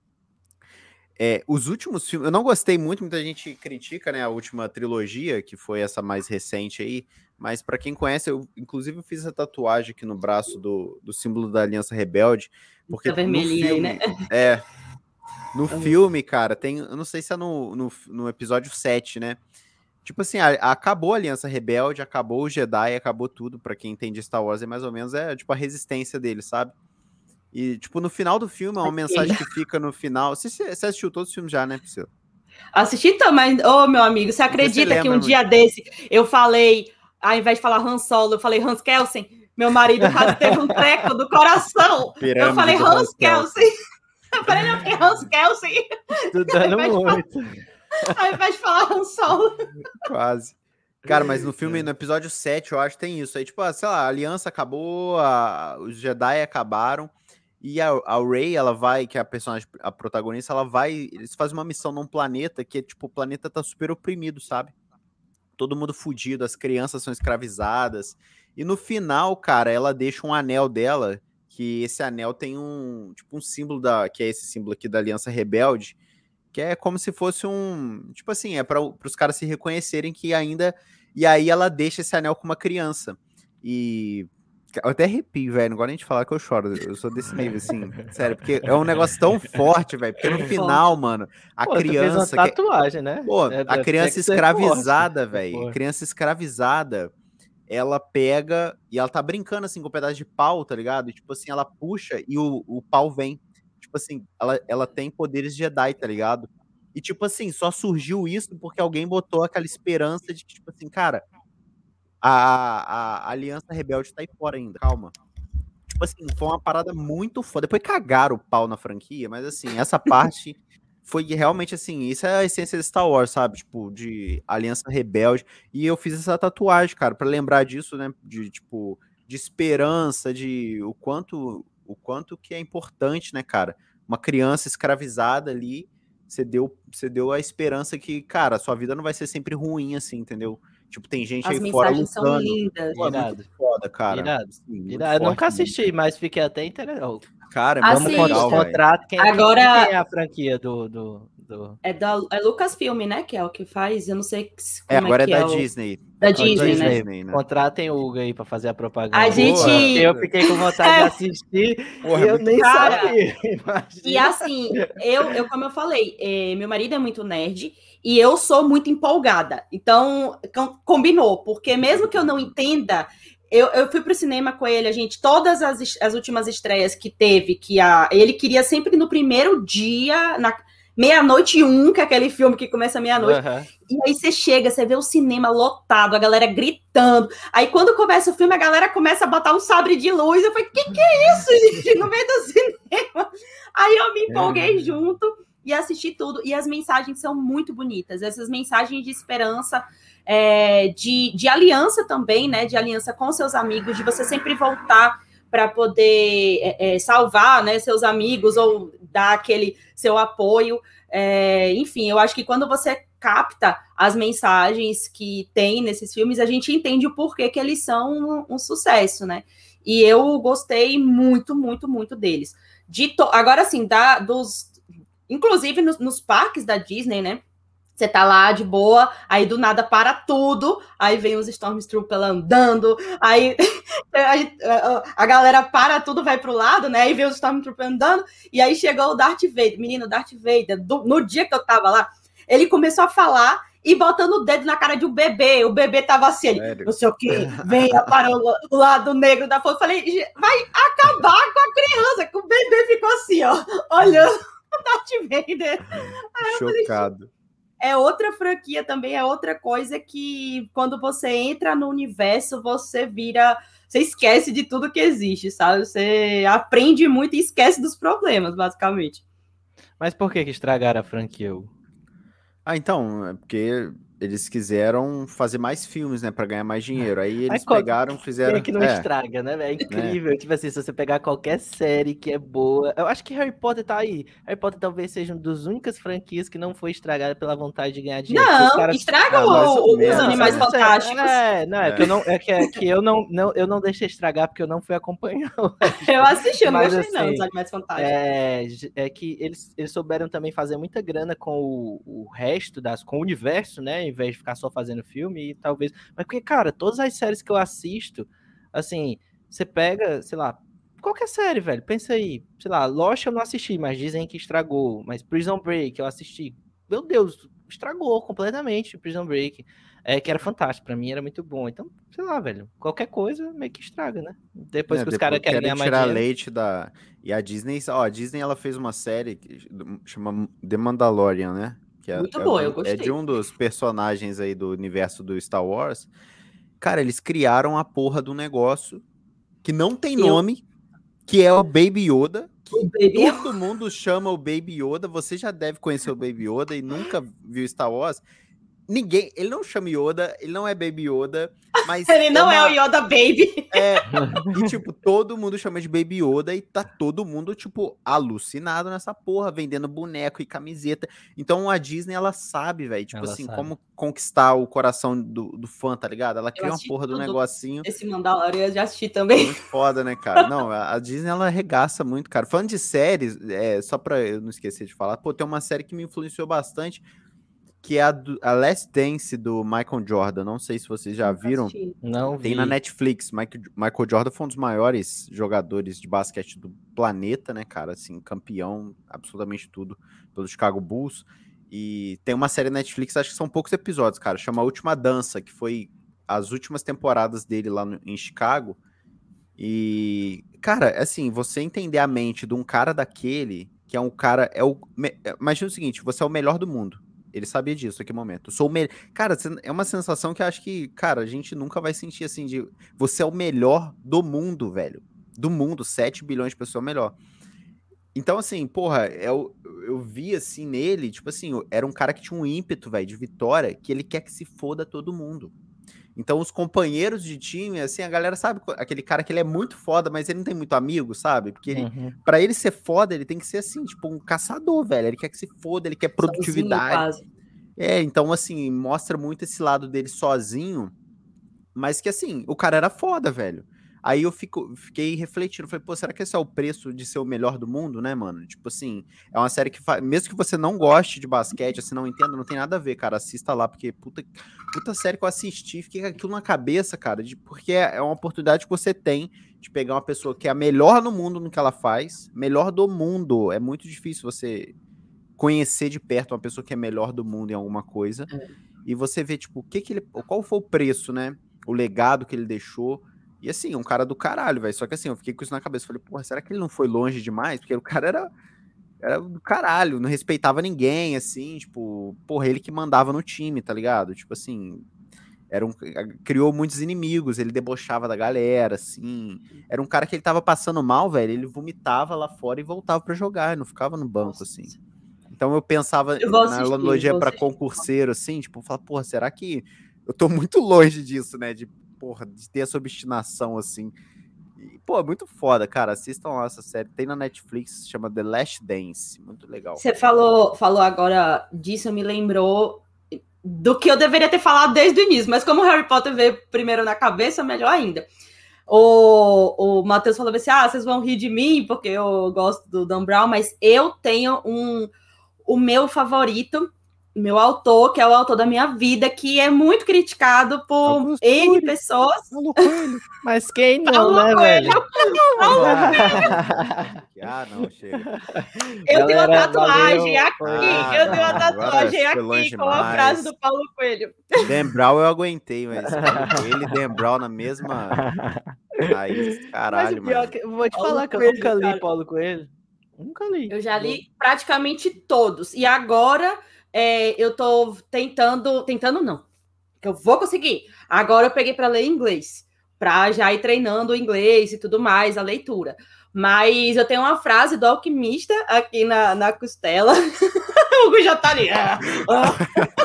É, os últimos filmes, eu não gostei muito, muita gente critica, né, a última trilogia, que foi essa mais recente aí, mas para quem conhece, eu inclusive eu fiz essa tatuagem aqui no braço do, do símbolo da Aliança Rebelde, porque tá vermelhinho aí, né? É, no filme, cara, tem, eu não sei se é no, no, no episódio sete, né, tipo assim, a, a, acabou a Aliança Rebelde, acabou o Jedi, acabou tudo, para quem entende Star Wars, é mais ou menos, é tipo a resistência dele, sabe? E, tipo, no final do filme, é uma okay. mensagem que fica no final... Você, você assistiu todos os filmes já, né, Priscila? Assisti também. Ô, oh, meu amigo, você acredita você que um dia desse eu falei... ao invés de falar Han Solo, eu falei Hans Kelsen. Meu marido quase teve um treco do coração. Pirâmide eu falei Hans, Hans Kelsen. Eu falei, não, porque Hans Kelsen. Estudando muito. Falar, ao invés de falar Han Solo. Quase. Cara, mas no filme, no episódio sete, eu acho que tem isso. Aí, tipo, sei lá, a aliança acabou, a, os Jedi acabaram, e a, a Rey, ela vai, que é a personagem, a protagonista, ela vai, eles fazem uma missão num planeta que, tipo, o planeta tá super oprimido, sabe? Todo mundo fudido, as crianças são escravizadas. E no final, cara, ela deixa um anel dela, que esse anel tem um, tipo, um símbolo da, que é esse símbolo aqui da Aliança Rebelde, que é como se fosse um, tipo assim, é para os caras se reconhecerem que ainda, e aí ela deixa esse anel com uma criança. E eu até arrepio, velho, não gosto nem de falar que eu choro, eu sou desse nível, assim, sério, porque é um negócio tão forte, velho, porque no final, mano, a Pô, criança... tu fez uma tatuagem, que... né? Pô, é, a criança escravizada, velho, é criança escravizada, ela pega, e ela tá brincando, assim, com um pedaço de pau, tá ligado? E, tipo assim, ela puxa e o, o pau vem. Tipo assim, ela, ela tem poderes Jedi, tá ligado? E, tipo assim, só surgiu isso porque alguém botou aquela esperança de que, tipo assim, cara, a, a, a Aliança Rebelde tá aí fora ainda, calma. Tipo assim, foi uma parada muito foda. Depois cagaram o pau na franquia, mas assim, essa parte foi realmente assim, isso é a essência de Star Wars, sabe? Tipo, de Aliança Rebelde. E eu fiz essa tatuagem, cara, pra lembrar disso, né? De, tipo, de esperança, de o quanto, o quanto que é importante, né, cara? Uma criança escravizada ali, você deu, você deu a esperança que, cara, a sua vida não vai ser sempre ruim, assim, entendeu? Tipo, tem gente As aí fora lutando. mensagens são lindas. Pô, é muito foda, cara. Irado. Sim, muito Irado. Eu forte nunca assisti, mesmo. mas fiquei até interessado. Cara, é Assim, muito Vamos legal, contra o velho. contrato. Quem, Agora- quem, quem é a franquia do... do, do... É da é Lucasfilm, né? Que é o que faz. Eu não sei como É, agora é, que da é o... Disney. Da É Disney, né? Disney, né? Contratem o Hugo aí pra fazer a propaganda. A gente- Eu fiquei com vontade de assistir Porra, e eu muito nem Cara, sabia. E Imagina. assim, eu, eu como eu falei, eh, meu marido é muito nerd e eu sou muito empolgada. Então, com- combinou, porque mesmo que eu não entenda, eu, eu fui pro cinema com ele, a gente, todas as, es- as últimas estreias que teve, que a, ele queria sempre no primeiro dia, na meia-noite e um, que é aquele filme que começa meia-noite. Aham. E aí você chega, você vê o cinema lotado, a galera gritando. Aí quando começa o filme, a galera começa a botar um sabre de luz. Eu falei, que que é isso, gente? No meio do cinema. Aí eu me empolguei junto e assisti tudo. E as mensagens são muito bonitas. Essas mensagens de esperança, é, de, de aliança também, né? De aliança com seus amigos, de você sempre voltar para poder é, é, salvar, né, seus amigos ou dar aquele seu apoio. É, enfim, eu acho que quando você capta as mensagens que tem nesses filmes, a gente entende o porquê que eles são um, um sucesso, né? E eu gostei muito, muito, muito deles. De to... Agora, assim, da, dos... inclusive nos, nos parques da Disney, né? Você tá lá de boa, aí do nada para tudo, aí vem os Stormtroopers andando, aí a galera para tudo, vai pro lado, né? Aí vem os Stormtroopers andando, e aí chegou o Darth Vader, menino, Darth Vader, do, no dia que eu tava lá, ele começou a falar e botando o dedo na cara de um bebê, o bebê tava assim, ele, Sério? não sei o que, venha para o, o lado negro da força, eu falei, vai acabar com a criança, que o bebê ficou assim, ó, olhando o Darth Vader. Chocado. É outra franquia também, é outra coisa que quando você entra no universo, você vira, você esquece de tudo que existe, sabe? Você aprende muito e esquece dos problemas, basicamente. Mas por que que estragaram a franquia? Hugo? Ah, então, é porque eles quiseram fazer mais filmes, né, pra ganhar mais dinheiro. Aí eles Aí, qual- pegaram, Quem fizeram... é que não é, estraga, né, velho? É incrível. Tipo assim, se você pegar qualquer série que é boa. Eu acho que Harry Potter tá aí. Harry Potter talvez seja uma das únicas franquias que não foi estragada pela vontade de ganhar dinheiro. Porque os Não, caras- estraga Ah, mais o- ou os menos, Animais né? Fantásticos. É, não, é, É. que eu não, é que, é que eu não, não, eu não deixei estragar porque eu não fui acompanhar. o resto. Eu assisti, eu não Mas, gostei não assim, dos Animais Fantásticos. É, j- é que eles, eles souberam também fazer muita grana com o, o resto das, com o universo, né? Em vez de ficar só fazendo filme e talvez. Mas porque, cara, todas as séries que eu assisto, assim, você pega, sei lá, qualquer série, velho. Pensa aí, sei lá, Lost eu não assisti, mas dizem que estragou. Mas Prison Break eu assisti. Meu Deus, estragou completamente Prison Break. É, que era fantástico, pra mim era muito bom. Então, sei lá, velho, qualquer coisa meio que estraga, né? Depois É, que os depois caras querem ganhar mais tirar dinheiro. leite da... E a Disney, ó, a Disney, ela fez uma série que chama The Mandalorian, né? Que é, Muito é boa, de, eu é gostei. de um dos personagens aí do universo do Star Wars. Cara, eles criaram a porra do negócio que não tem Eu- nome, que é o Baby Yoda. O Baby Todo mundo chama o Baby Yoda. Você já deve conhecer o Baby Yoda e nunca viu Star Wars. Ninguém, ele não chama Yoda, ele não é Baby Yoda, mas Ele não uma- é o Yoda Baby. é, e tipo, todo mundo chama de Baby Yoda e tá todo mundo, tipo, alucinado nessa porra, vendendo boneco e camiseta. Então a Disney, ela sabe, velho, tipo Ela assim, sabe. como conquistar o coração do, do fã, tá ligado? Ela cria uma assisti porra do tudo. negocinho. Esse Mandalorian eu já assisti também. Muito foda, né, cara? Não, a a Disney, ela arregaça muito, cara. Falando de séries, é, só pra eu não esquecer de falar, pô, tem uma série que me influenciou bastante, que é a, do, a Last Dance do Michael Jordan. Não sei se vocês já viram. Assisti. Não vi. Tem na Netflix. Michael, Michael Jordan foi um dos maiores jogadores de basquete do planeta, né, cara? Assim, campeão, absolutamente tudo, pelo Chicago Bulls. E tem uma série na Netflix, acho que são poucos episódios, cara. Chama A Última Dança, que foi as últimas temporadas dele lá no- em Chicago. E, cara, assim, você entender a mente de um cara daquele, que é um cara. É o, me- imagina o seguinte: você é o melhor do mundo. Ele sabia disso naquele momento. Eu sou o melhor. Cara, você- é uma sensação que eu acho que, cara, a gente nunca vai sentir assim de. Você é o melhor do mundo, velho. Do mundo, sete bilhões de pessoas é o melhor. Então, assim, porra, eu, eu vi assim nele, tipo assim, era um cara que tinha um ímpeto, velho, de vitória, que ele quer que se foda todo mundo. Então, os companheiros de time, assim, a galera sabe aquele cara que ele é muito foda, mas ele não tem muito amigo, sabe? Porque ele, Uhum. pra ele ser foda, ele tem que ser assim, tipo, um caçador, velho. Ele quer que se foda, ele quer produtividade. Sozinho, quase. É, então, assim, mostra muito esse lado dele sozinho, mas que, assim, o cara era foda, velho. Aí eu fico, fiquei refletindo, falei, pô, será que esse é o preço de ser o melhor do mundo, né, mano? Tipo assim, é uma série que, fa... mesmo que você não goste de basquete, assim, não entenda, não tem nada a ver, cara, assista lá, porque puta, puta série que eu assisti, fiquei com aquilo na cabeça, cara, de... porque é uma oportunidade que você tem de pegar uma pessoa que é a melhor no mundo no que ela faz, melhor do mundo, é muito difícil você conhecer de perto uma pessoa que é melhor do mundo em alguma coisa, É. e você vê, tipo, o que que ele, qual foi o preço, né, o legado que ele deixou. E assim, um cara do caralho, velho. Só que assim, eu fiquei com isso na cabeça. Falei, porra, será que ele não foi longe demais? Porque o cara era, era do caralho, não respeitava ninguém, assim, tipo, porra, ele que mandava no time, tá ligado? Tipo assim, era um, criou muitos inimigos, ele debochava da galera, assim. Era um cara que ele tava passando mal, velho. Ele vomitava lá fora e voltava pra jogar, não ficava no banco, Nossa. assim. Então eu pensava Eu vou na assistir, analogia vou pra assistir. concurseiro, assim, tipo, falar, porra, será que eu tô muito longe disso, né? De, porra, de ter essa obstinação, assim. E, pô, é muito foda, cara. Assistam lá essa série. Tem na Netflix, se chama The Last Dance. Muito legal. Você falou, falou agora disso, me lembrou do que eu deveria ter falado desde o início, mas como o Harry Potter veio primeiro na cabeça, melhor ainda. O, o Matheus falou assim, ah, vocês vão rir de mim, porque eu gosto do Dan Brown, mas eu tenho um, o meu favorito, meu autor, que é o autor da minha vida, que é muito criticado por Augusto N Cury. pessoas. Paulo Coelho. Mas quem não, Paulo né, Coelho. velho? Ah, não, chega. Eu tenho uma Galera, tatuagem valeu. aqui, Ah, eu tenho uma não, tatuagem agora foi longe aqui com a demais. frase do Paulo Coelho. Dan Brown eu aguentei, mas Paulo Coelho e Dan Brown na mesma... Aí, caralho, Mas o pior mano. que, eu vou te Paulo falar que eu Coelho, nunca li cara. Paulo Coelho. Nunca li. Eu já li praticamente todos. E agora é, eu tô tentando. Tentando não. Que eu vou conseguir. Agora eu peguei para ler inglês. Para já ir treinando o inglês e tudo mais, a leitura. Mas eu tenho uma frase do Alquimista aqui na, na costela. O Hugo já tá ali. Ah, ah.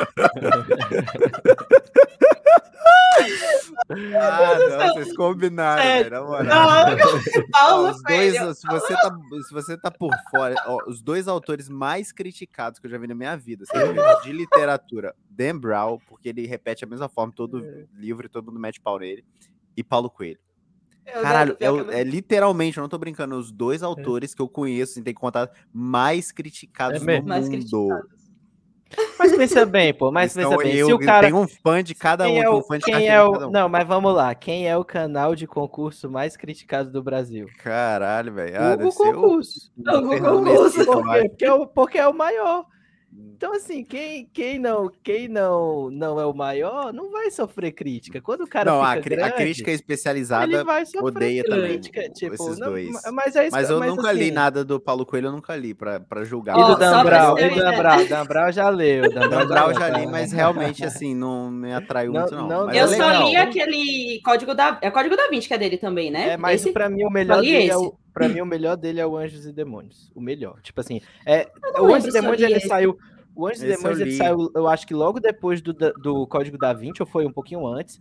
Ah, não, vocês combinaram, Sério. velho, na moral. Não, Paulo Ó, os dois, Coelho. se você tá, se você tá por fora, ó, os dois autores mais criticados que eu já vi na minha vida, assim, de literatura, Dan Brown, porque ele repete a mesma forma todo livro e todo mundo mete pau nele, e Paulo Coelho. Eu Caralho, lembro, é, o- é literalmente, eu não tô brincando, os dois autores que eu conheço, assim, tem contato, mais criticados É no mesmo? mais mundo. criticados. Mas pensa bem, pô, mas Então, pensa bem. eu, Se o cara. tem um fã de cada um, Quem é tem o, um fã de quem carteira é de o... cada um. Não, mas vamos lá. Quem é o canal de concurso mais criticado do Brasil? Caralho, velho. Ah, Google deve ser o Concurso. O Google Fernando Concurso. Mesquita, eu Por quê? acho. Porque é, o, porque é o maior. Então, assim, quem, quem, não, quem não, não é o maior não vai sofrer crítica. Quando o cara Não, fica a, cri- a grande, crítica ele especializada vai sofrer odeia também crítica. o- Tipo, esses não, dois. mas é isso Mas que, eu mas, nunca li assim, nada do Paulo Coelho, eu nunca li pra, pra julgar. E do Ó, mas só Dan pra Brown, você e do Dan ter Brown, Dan Brown já leu, Dan Brown Dan já Brown leu, já li, tá? mas realmente, assim, não me atraiu Não- muito, não. não Mas deu é Eu só legal. li aquele Código da... É Código da Vinci que é dele também, né? É, mas Esse? pra mim o Só melhor li dele é esse. o, pra mim o melhor dele é o Anjos e Demônios, o melhor. Tipo assim, é, Eu não o Anjos lembro e se eu Demônios li ele esse. saiu, o Anjos e Esse eu Demônios ele li. saiu, eu acho que logo depois do, da- do Código da Vinci, ou foi um pouquinho antes.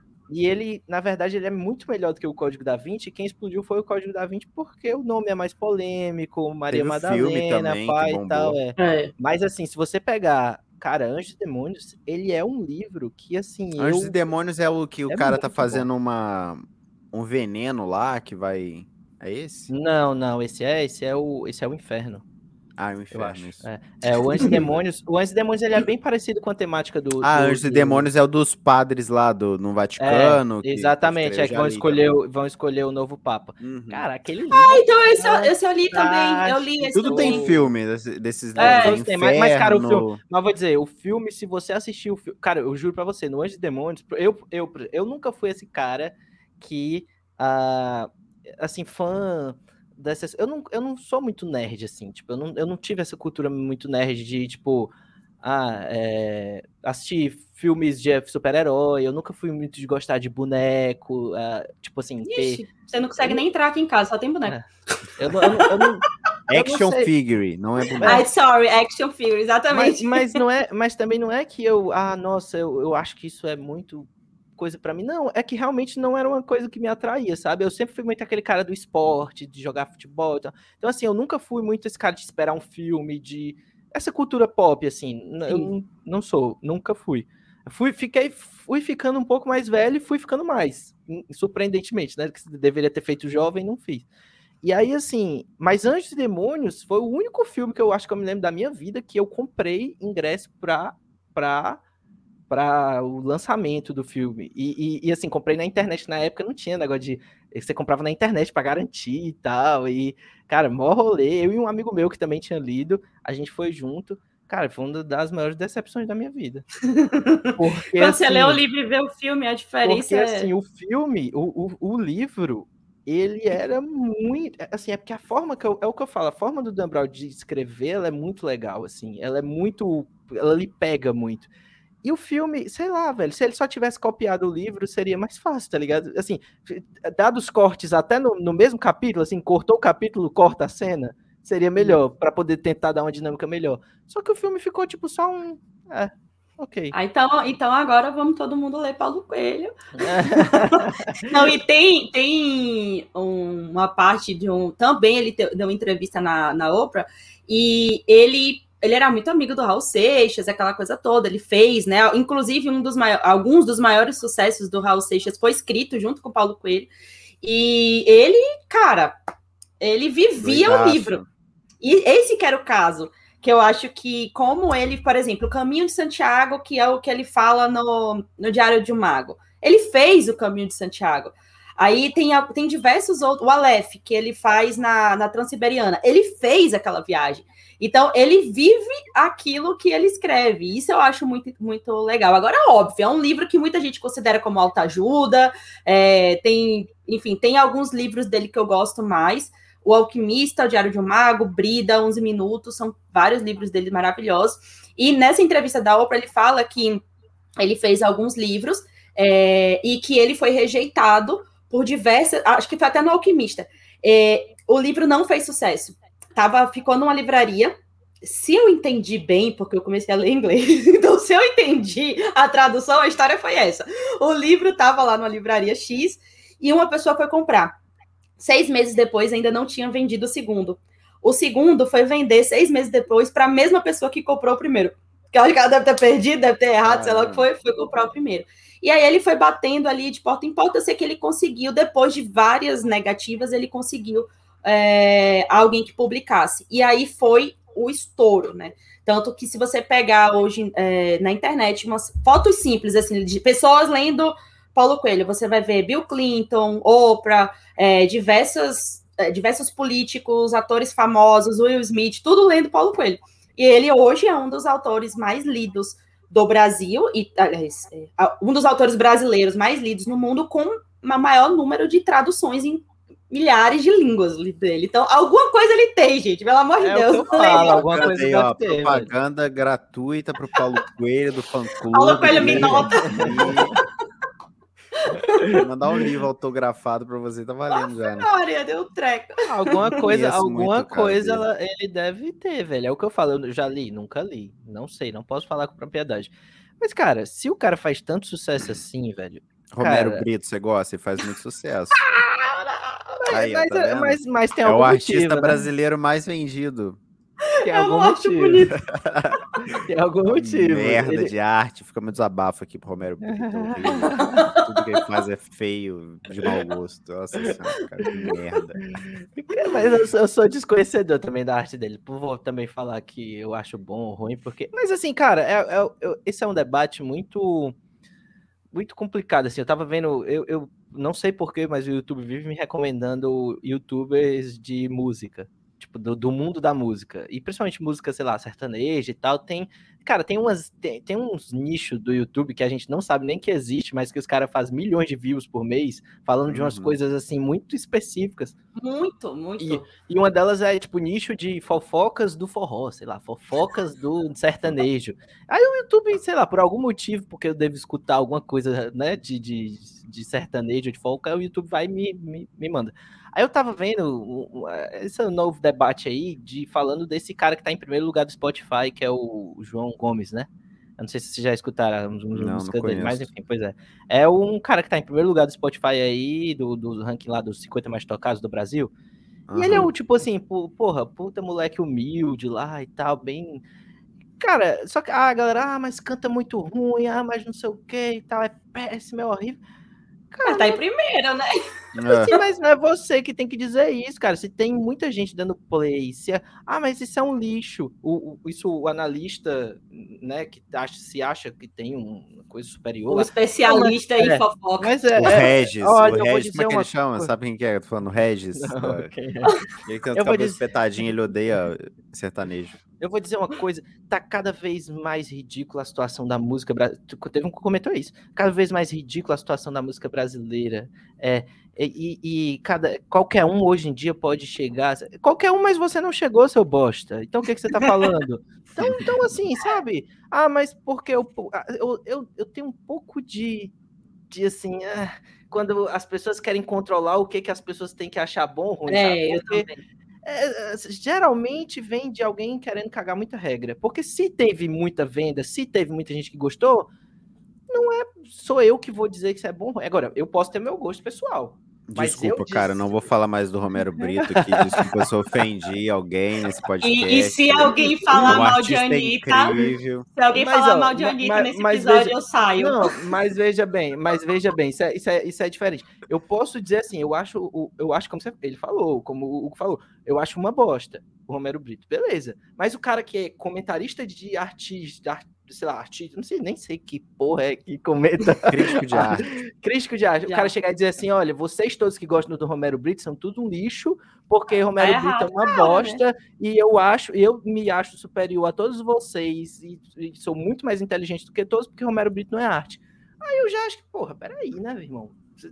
E ele, na verdade, ele é muito melhor do que o Código da Vinci. Quem explodiu foi o Código da Vinci porque o nome é mais polêmico, Maria Teve o filme Madalena, também, que pai e tal, bombou. é. É. Mas assim, se você pegar, cara, Anjos e Demônios, ele é um livro que assim, Anjos eu e Demônios é o que o é cara tá muito fazendo uma um veneno lá que vai. É esse? Não, não, esse é, esse é o, esse é o Inferno. Ah, é o Eu inferno, acho. isso. É, é, o Anjos e Demônios. O Anjos e Demônios ele é bem parecido com a temática do. Ah, do, Anjos e do... Demônios é o dos padres lá do, no É, Vaticano. Que, exatamente. É que já vão li escolher, também. o- vão escolher o novo Papa. Uhum. Cara, aquele livro. é Então, esse eu, esse eu li também. Eu li fantástico. esse Tudo tem também. filme desse- desses É, livros. todos têm, mas, mas, cara, o filme. Inferno. Mas vou dizer, o filme, se você assistir o filme. Cara, eu juro pra você, no Anjos e Demônios, eu, eu, eu nunca fui esse cara que. ah, assim, fã dessas. Eu não, eu não sou muito nerd, assim. Tipo, eu não, eu não tive essa cultura muito nerd de, tipo. Ah, é, assistir filmes de super-herói. Eu nunca fui muito de gostar de boneco. ah, tipo assim, ter. Ixi, você não consegue nem entrar aqui em casa, só tem boneco. É. Eu não, eu não, eu não, eu não Action sei. figure, não é boneco. Ai, sorry, action figure, Mas, exatamente. mas não é, mas também não é que eu, ah, nossa, eu, eu acho que isso é muito coisa pra mim. Não, é que realmente não era uma coisa que me atraía, sabe? Eu sempre fui muito aquele cara do esporte, de jogar futebol e tal. Então, assim, eu nunca fui muito esse cara de esperar um filme, de essa cultura pop, assim. N- Eu Sim. não, não sou, nunca fui. Fui, fiquei, fui ficando um pouco mais velho e fui ficando mais, in- surpreendentemente, né? Que deveria ter feito jovem, não fiz. E aí, assim, mas Anjos e Demônios foi o único filme que eu acho que eu me lembro da minha vida que eu comprei ingresso pra, pra, pra o lançamento do filme. E, e, e, assim, comprei na internet. Na época não tinha negócio de... Você comprava na internet pra garantir e tal. E, cara, mó rolê. Eu e um amigo meu que também tinha lido, a gente foi junto. Cara, foi uma das maiores decepções da minha vida. Porque, Quando você assim, lê o livro e vê o filme, a diferença porque, é... assim, o filme, o, o, o livro, ele era muito... Assim, é porque a forma que eu... É o que eu falo, a forma do Dan Brown de escrever, ela é muito legal, assim. Ela é muito... Ela lhe pega muito. E o filme, sei lá, velho, se ele só tivesse copiado o livro, seria mais fácil, tá ligado? Assim, dados cortes até no, no mesmo capítulo, assim, cortou o capítulo, corta a cena, seria melhor, pra poder tentar dar uma dinâmica melhor. Só que o filme ficou, tipo, só um... É, ok. Ah, então, então agora vamos todo mundo ler Paulo Coelho. Não, e tem, tem um- uma parte de um... Também ele te- deu uma entrevista na, na Oprah, e ele, ele era muito amigo do Raul Seixas, aquela coisa toda, ele fez, né? Inclusive, um dos mai- alguns dos maiores sucessos do Raul Seixas foi escrito junto com o Paulo Coelho. E ele, cara, ele vivia o Doidaço. livro. E esse que era o caso, que eu acho que, como ele, por exemplo, o Caminho de Santiago, que é o que ele fala no, no Diário de um Mago, ele fez o Caminho de Santiago. Aí tem, a- tem diversos outros, o Aleph, que ele faz na, na Transiberiana, ele fez aquela viagem. Então, ele vive aquilo que ele escreve. Isso eu acho muito, muito legal. Agora, óbvio, é um livro que muita gente considera como autoajuda, é, tem, enfim, tem alguns livros dele que eu gosto mais, O Alquimista, O Diário de um Mago, Brida, onze minutos, são vários livros dele maravilhosos. E nessa entrevista da Oprah, ele fala que ele fez alguns livros é, e que ele foi rejeitado por diversas... Acho que foi até no Alquimista. É, o livro não fez sucesso. Tava, ficou numa livraria. Se eu entendi bem, porque eu comecei a ler inglês, então se eu entendi a tradução, a história foi essa. O livro estava lá numa livraria X e uma pessoa foi comprar. Seis meses depois, ainda não tinham vendido o segundo. O segundo foi vender seis meses depois para a mesma pessoa que comprou o primeiro. Porque eu acho que ela deve ter perdido, deve ter errado, sei lá o que foi, foi comprar o primeiro. E aí ele foi batendo ali de porta em porta, eu sei que ele conseguiu, depois de várias negativas, ele conseguiu é, alguém que publicasse. E aí foi o estouro, né? Tanto que se você pegar hoje é, na internet umas fotos simples, assim, de pessoas lendo Paulo Coelho, você vai ver Bill Clinton, Oprah, é, diversas, é, diversos políticos, atores famosos, Will Smith, tudo lendo Paulo Coelho. E ele hoje é um dos autores mais lidos do Brasil, e aliás, é, um dos autores brasileiros mais lidos no mundo, com o maior número de traduções em milhares de línguas dele. Então, alguma coisa ele tem, gente, pelo amor de É Deus. o que eu falo, alguma coisa Aí, deve ó, ter, propaganda velho. gratuita pro Paulo Coelho, do fã-clube. Paulo Coelho me nota. Mandar um livro autografado pra você, tá valendo já, né? Maria, deu treco. Alguma coisa, alguma muito, coisa ela, ele deve ter, velho. É o que eu falo, eu já li, nunca li. Não sei, não posso falar com propriedade. Mas, cara, se o cara faz tanto sucesso assim, velho... Romero cara... Brito, você gosta? Ele faz muito sucesso. Mas, Aí, mas, tá mas, mas tem é algum o motivo, artista né? brasileiro mais vendido. Tem eu algum não acho motivo. bonito. Tem algum motivo. Merda ele... de arte. Fica meu desabafo aqui pro Romero Brito. É tudo que ele faz é feio, de mau gosto. Nossa senhora, cara, que merda. Mas eu sou, eu sou desconhecedor também da arte dele. Vou também falar que eu acho bom ou ruim, porque... Mas assim, cara, é, é, é, esse é um debate muito... muito complicado, assim, eu tava vendo, eu, eu não sei porquê, mas o YouTube vive me recomendando youtubers de música, tipo, do, do mundo da música, e principalmente música, sei lá, sertaneja e tal, tem, cara, tem umas, tem, tem uns nichos do YouTube que a gente não sabe nem que existe, mas que os caras fazem milhões de views por mês, falando uhum. de umas coisas, assim, muito específicas. Muito, muito. E, e uma delas é, tipo, nicho de fofocas do forró, sei lá, fofocas do sertanejo. Aí o YouTube, sei lá, por algum motivo, porque eu devo escutar alguma coisa, né, de, de, de sertanejo, de fofoca, o YouTube vai e me, me, me manda. Aí eu tava vendo um, um, esse novo debate aí, de, falando desse cara que tá em primeiro lugar do Spotify, que é o João Gomes, né? Eu não sei se vocês já escutaram a música dele, mas enfim, pois é. É um cara que tá em primeiro lugar do Spotify aí, do, do ranking lá dos cinquenta mais tocados do Brasil. Uhum. E ele é o tipo assim, porra, puta moleque humilde lá e tal, bem... Cara, só que a ah, galera, ah, mas canta muito ruim, ah, mas não sei o que e tal, é péssimo, é horrível. Cara, mas tá em primeiro, né? É. Sim, mas não é você que tem que dizer isso, cara. Se tem muita gente dando play, se é... ah, mas isso é um lixo. O, o, isso o analista, né, que acha, se acha que tem uma coisa superior. O lá. especialista em é, fofoca. Mas é, o Regis, é, olha, o Regis, como é que uma... ele chama? Sabe quem que é? Eu tô falando Regis. Não, uh, quem é? Ele tem o cabelo dizer... espetadinho, ele odeia sertanejo. Eu vou dizer uma coisa, tá cada vez mais ridícula a situação da música brasileira. Teve um que comentou isso. Cada vez mais ridícula a situação da música brasileira. É, e, e cada, qualquer um hoje em dia pode chegar. Qualquer um, mas você não chegou, seu bosta. Então o que, que você tá falando? Então, então, assim, sabe? Ah, mas porque eu, eu, eu, eu tenho um pouco de, de assim. Ah, quando as pessoas querem controlar o que, que as pessoas têm que achar bom ou ruim. É, sabe? eu também. É, geralmente vem de alguém querendo cagar muita regra. Porque se teve muita venda, se teve muita gente que gostou, não é sou eu que vou dizer que isso é bom. Agora, eu posso ter meu gosto pessoal. Desculpa, mas eu cara, disse... não vou falar mais do Romero Brito aqui. Desculpa se eu ofendi alguém nesse podcast. E, e se alguém falar um mal de Anitta, incrível. se alguém mas, falar ó, mal de Anitta mas, nesse mas episódio, veja, eu saio. Não, mas veja bem, mas veja bem, isso é, isso é, isso é diferente. Eu posso dizer assim, eu acho, eu acho como ele falou, como o Hugo falou, eu acho uma bosta o Romero Brito, beleza. Mas o cara que é comentarista de artista, sei lá, artista, não sei, nem sei que porra é que comenta. Crítico de arte. Crítico de arte. O cara chegar e dizer assim, olha, vocês todos que gostam do Romero Brito são tudo um lixo, porque Romero é Brito errado, é uma cara, bosta, né? E eu acho, eu me acho superior a todos vocês, e, e sou muito mais inteligente do que todos, porque Romero Brito não é arte. Aí eu já acho que, porra, peraí, né, meu irmão?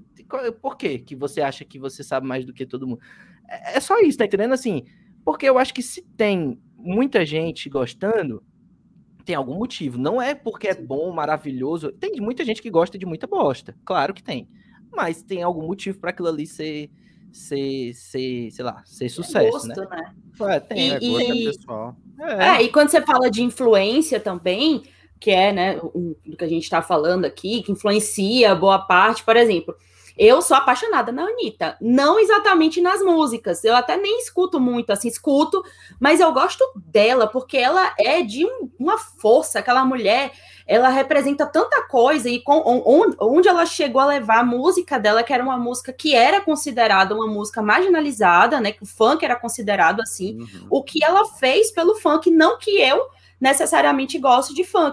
Por quê que você acha que você sabe mais do que todo mundo? É, é só isso, tá entendendo? Assim, porque eu acho que se tem muita gente gostando, tem algum motivo. Não é porque é bom, maravilhoso. Tem muita gente que gosta de muita bosta. Claro que tem. Mas tem algum motivo para aquilo ali ser, ser, ser, sei lá, ser sucesso, gosto, né? né? É, tem. E, é gosto e... pessoal. É. é, e quando você fala de influência também, que é, né, o, o que a gente está falando aqui, que influencia boa parte, por exemplo... Eu sou apaixonada na Anitta, não exatamente nas músicas, eu até nem escuto muito, assim, escuto, mas eu gosto dela, porque ela é de um, uma força, aquela mulher, ela representa tanta coisa, e com, onde, onde ela chegou a levar a música dela, que era uma música que era considerada uma música marginalizada, né, que o funk era considerado assim, uhum. O que ela fez pelo funk, não que eu necessariamente goste de funk.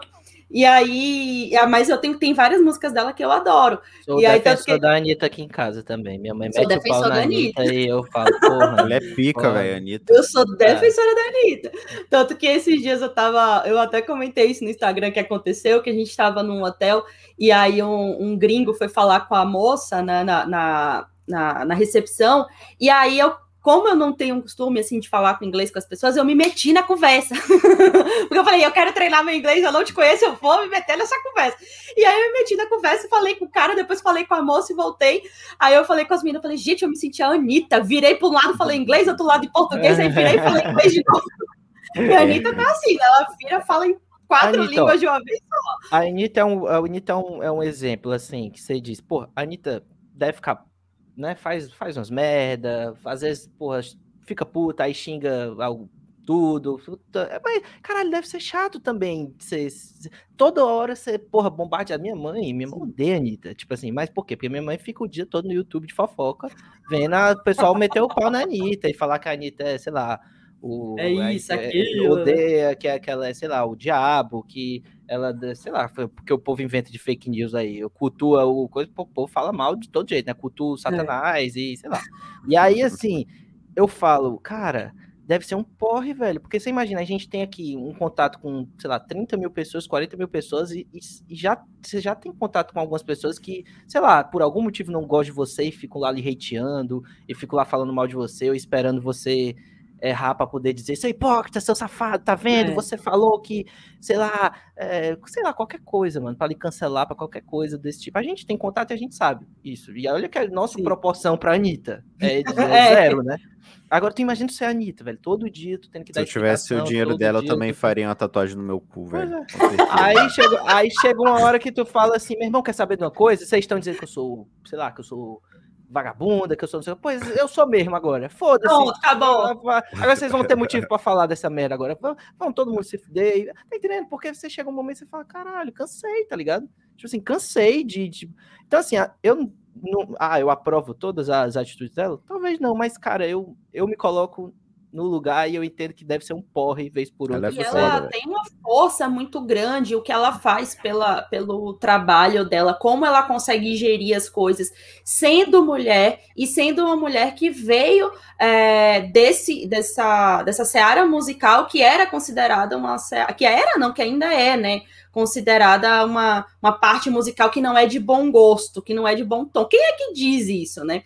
E aí, ah, mas eu tenho tem várias músicas dela que eu adoro. Sou e aí, defensor tanto que... da Anitta aqui em casa também. Minha mãe Sou mete o pau defensor na da Anitta Anitta. e eu falo, porra. Ela é pica, porra. velho, Anitta. Eu sou defensora da Anitta. Tanto que esses dias eu tava. Eu até comentei isso no Instagram que aconteceu, que a gente tava num hotel e aí um, um gringo foi falar com a moça né, na, na, na, na recepção, e aí eu. Como eu não tenho costume, assim, de falar com inglês com as pessoas, eu me meti na conversa. Porque eu falei, eu quero treinar meu inglês, eu não te conheço, eu vou me meter nessa conversa. E aí eu me meti na conversa, falei com o cara, depois falei com a moça e voltei. Aí eu falei com as meninas, falei, gente, eu me senti a Anitta. Virei para um lado, falei inglês, outro lado de português, aí virei e falei inglês de novo. E a Anitta tá assim, ela vira, fala em quatro Anitta, línguas de uma vez só. A Anitta é um, a Anitta é um, é um exemplo, assim, que você diz, pô, a Anitta deve ficar, né, faz, faz umas merda, às vezes, porra, fica puta, aí xinga algo, tudo, puta, mas, caralho, deve ser chato também, você, toda hora você, porra, bombardeia a minha mãe, minha mãe odeia a Anitta, tipo assim, mas por quê? Porque minha mãe fica o dia todo no YouTube de fofoca, vendo o pessoal meter o pau na Anitta e falar que a Anitta é, sei lá, o, é isso, é, aquilo. odeia, que é aquela, sei lá, o diabo, que ela, sei lá, porque o povo inventa de fake news aí, cultua o coisa, o povo fala mal de todo jeito, né? Cultua o Satanás é. e sei lá. E aí, assim, eu falo, cara, deve ser um porre, velho, porque você imagina, a gente tem aqui um contato com, sei lá, trinta mil pessoas, quarenta mil pessoas, e, e já, você já tem contato com algumas pessoas que, sei lá, por algum motivo não gostam de você e ficam lá lhe hateando, e ficam lá falando mal de você, ou esperando você errar para poder dizer, seu hipócrita, seu safado, tá vendo? É. Você falou que, sei lá, é, sei lá, qualquer coisa, mano, para lhe cancelar, para qualquer coisa desse tipo. A gente tem contato e a gente sabe isso. E olha que a nossa Sim. proporção pra Anitta é de é. zero, né? Agora tu imagina se é a Anitta, velho, todo dia tu tendo que dar Se eu tivesse o dinheiro dela, eu também tu... faria uma tatuagem no meu cu, velho. É. Aí, chega, aí chega uma hora que tu fala assim, meu irmão, quer saber de uma coisa? Vocês estão dizendo que eu sou, sei lá, que eu sou... vagabunda, que eu sou não sei, pois eu sou mesmo agora, foda-se. Não, tá bom. Agora vocês vão ter motivo pra falar dessa merda agora. Vão todo mundo se fuder. Tá entendendo? Porque você chega um momento e você fala, caralho, cansei, tá ligado? Tipo assim, cansei de... de... Então assim, eu não... Ah, eu aprovo todas as atitudes dela? Talvez não, mas cara, eu, eu me coloco no lugar e eu entendo que deve ser um porre vez por outra. Ela, é ela foda, tem uma força muito grande, o que ela faz pela, pelo trabalho dela, como ela consegue gerir as coisas, sendo mulher e sendo uma mulher que veio é, desse, dessa, dessa seara musical que era considerada uma seara, que era, não, que ainda é, né? Considerada uma, uma parte musical que não é de bom gosto, que não é de bom tom. Quem é que diz isso, né?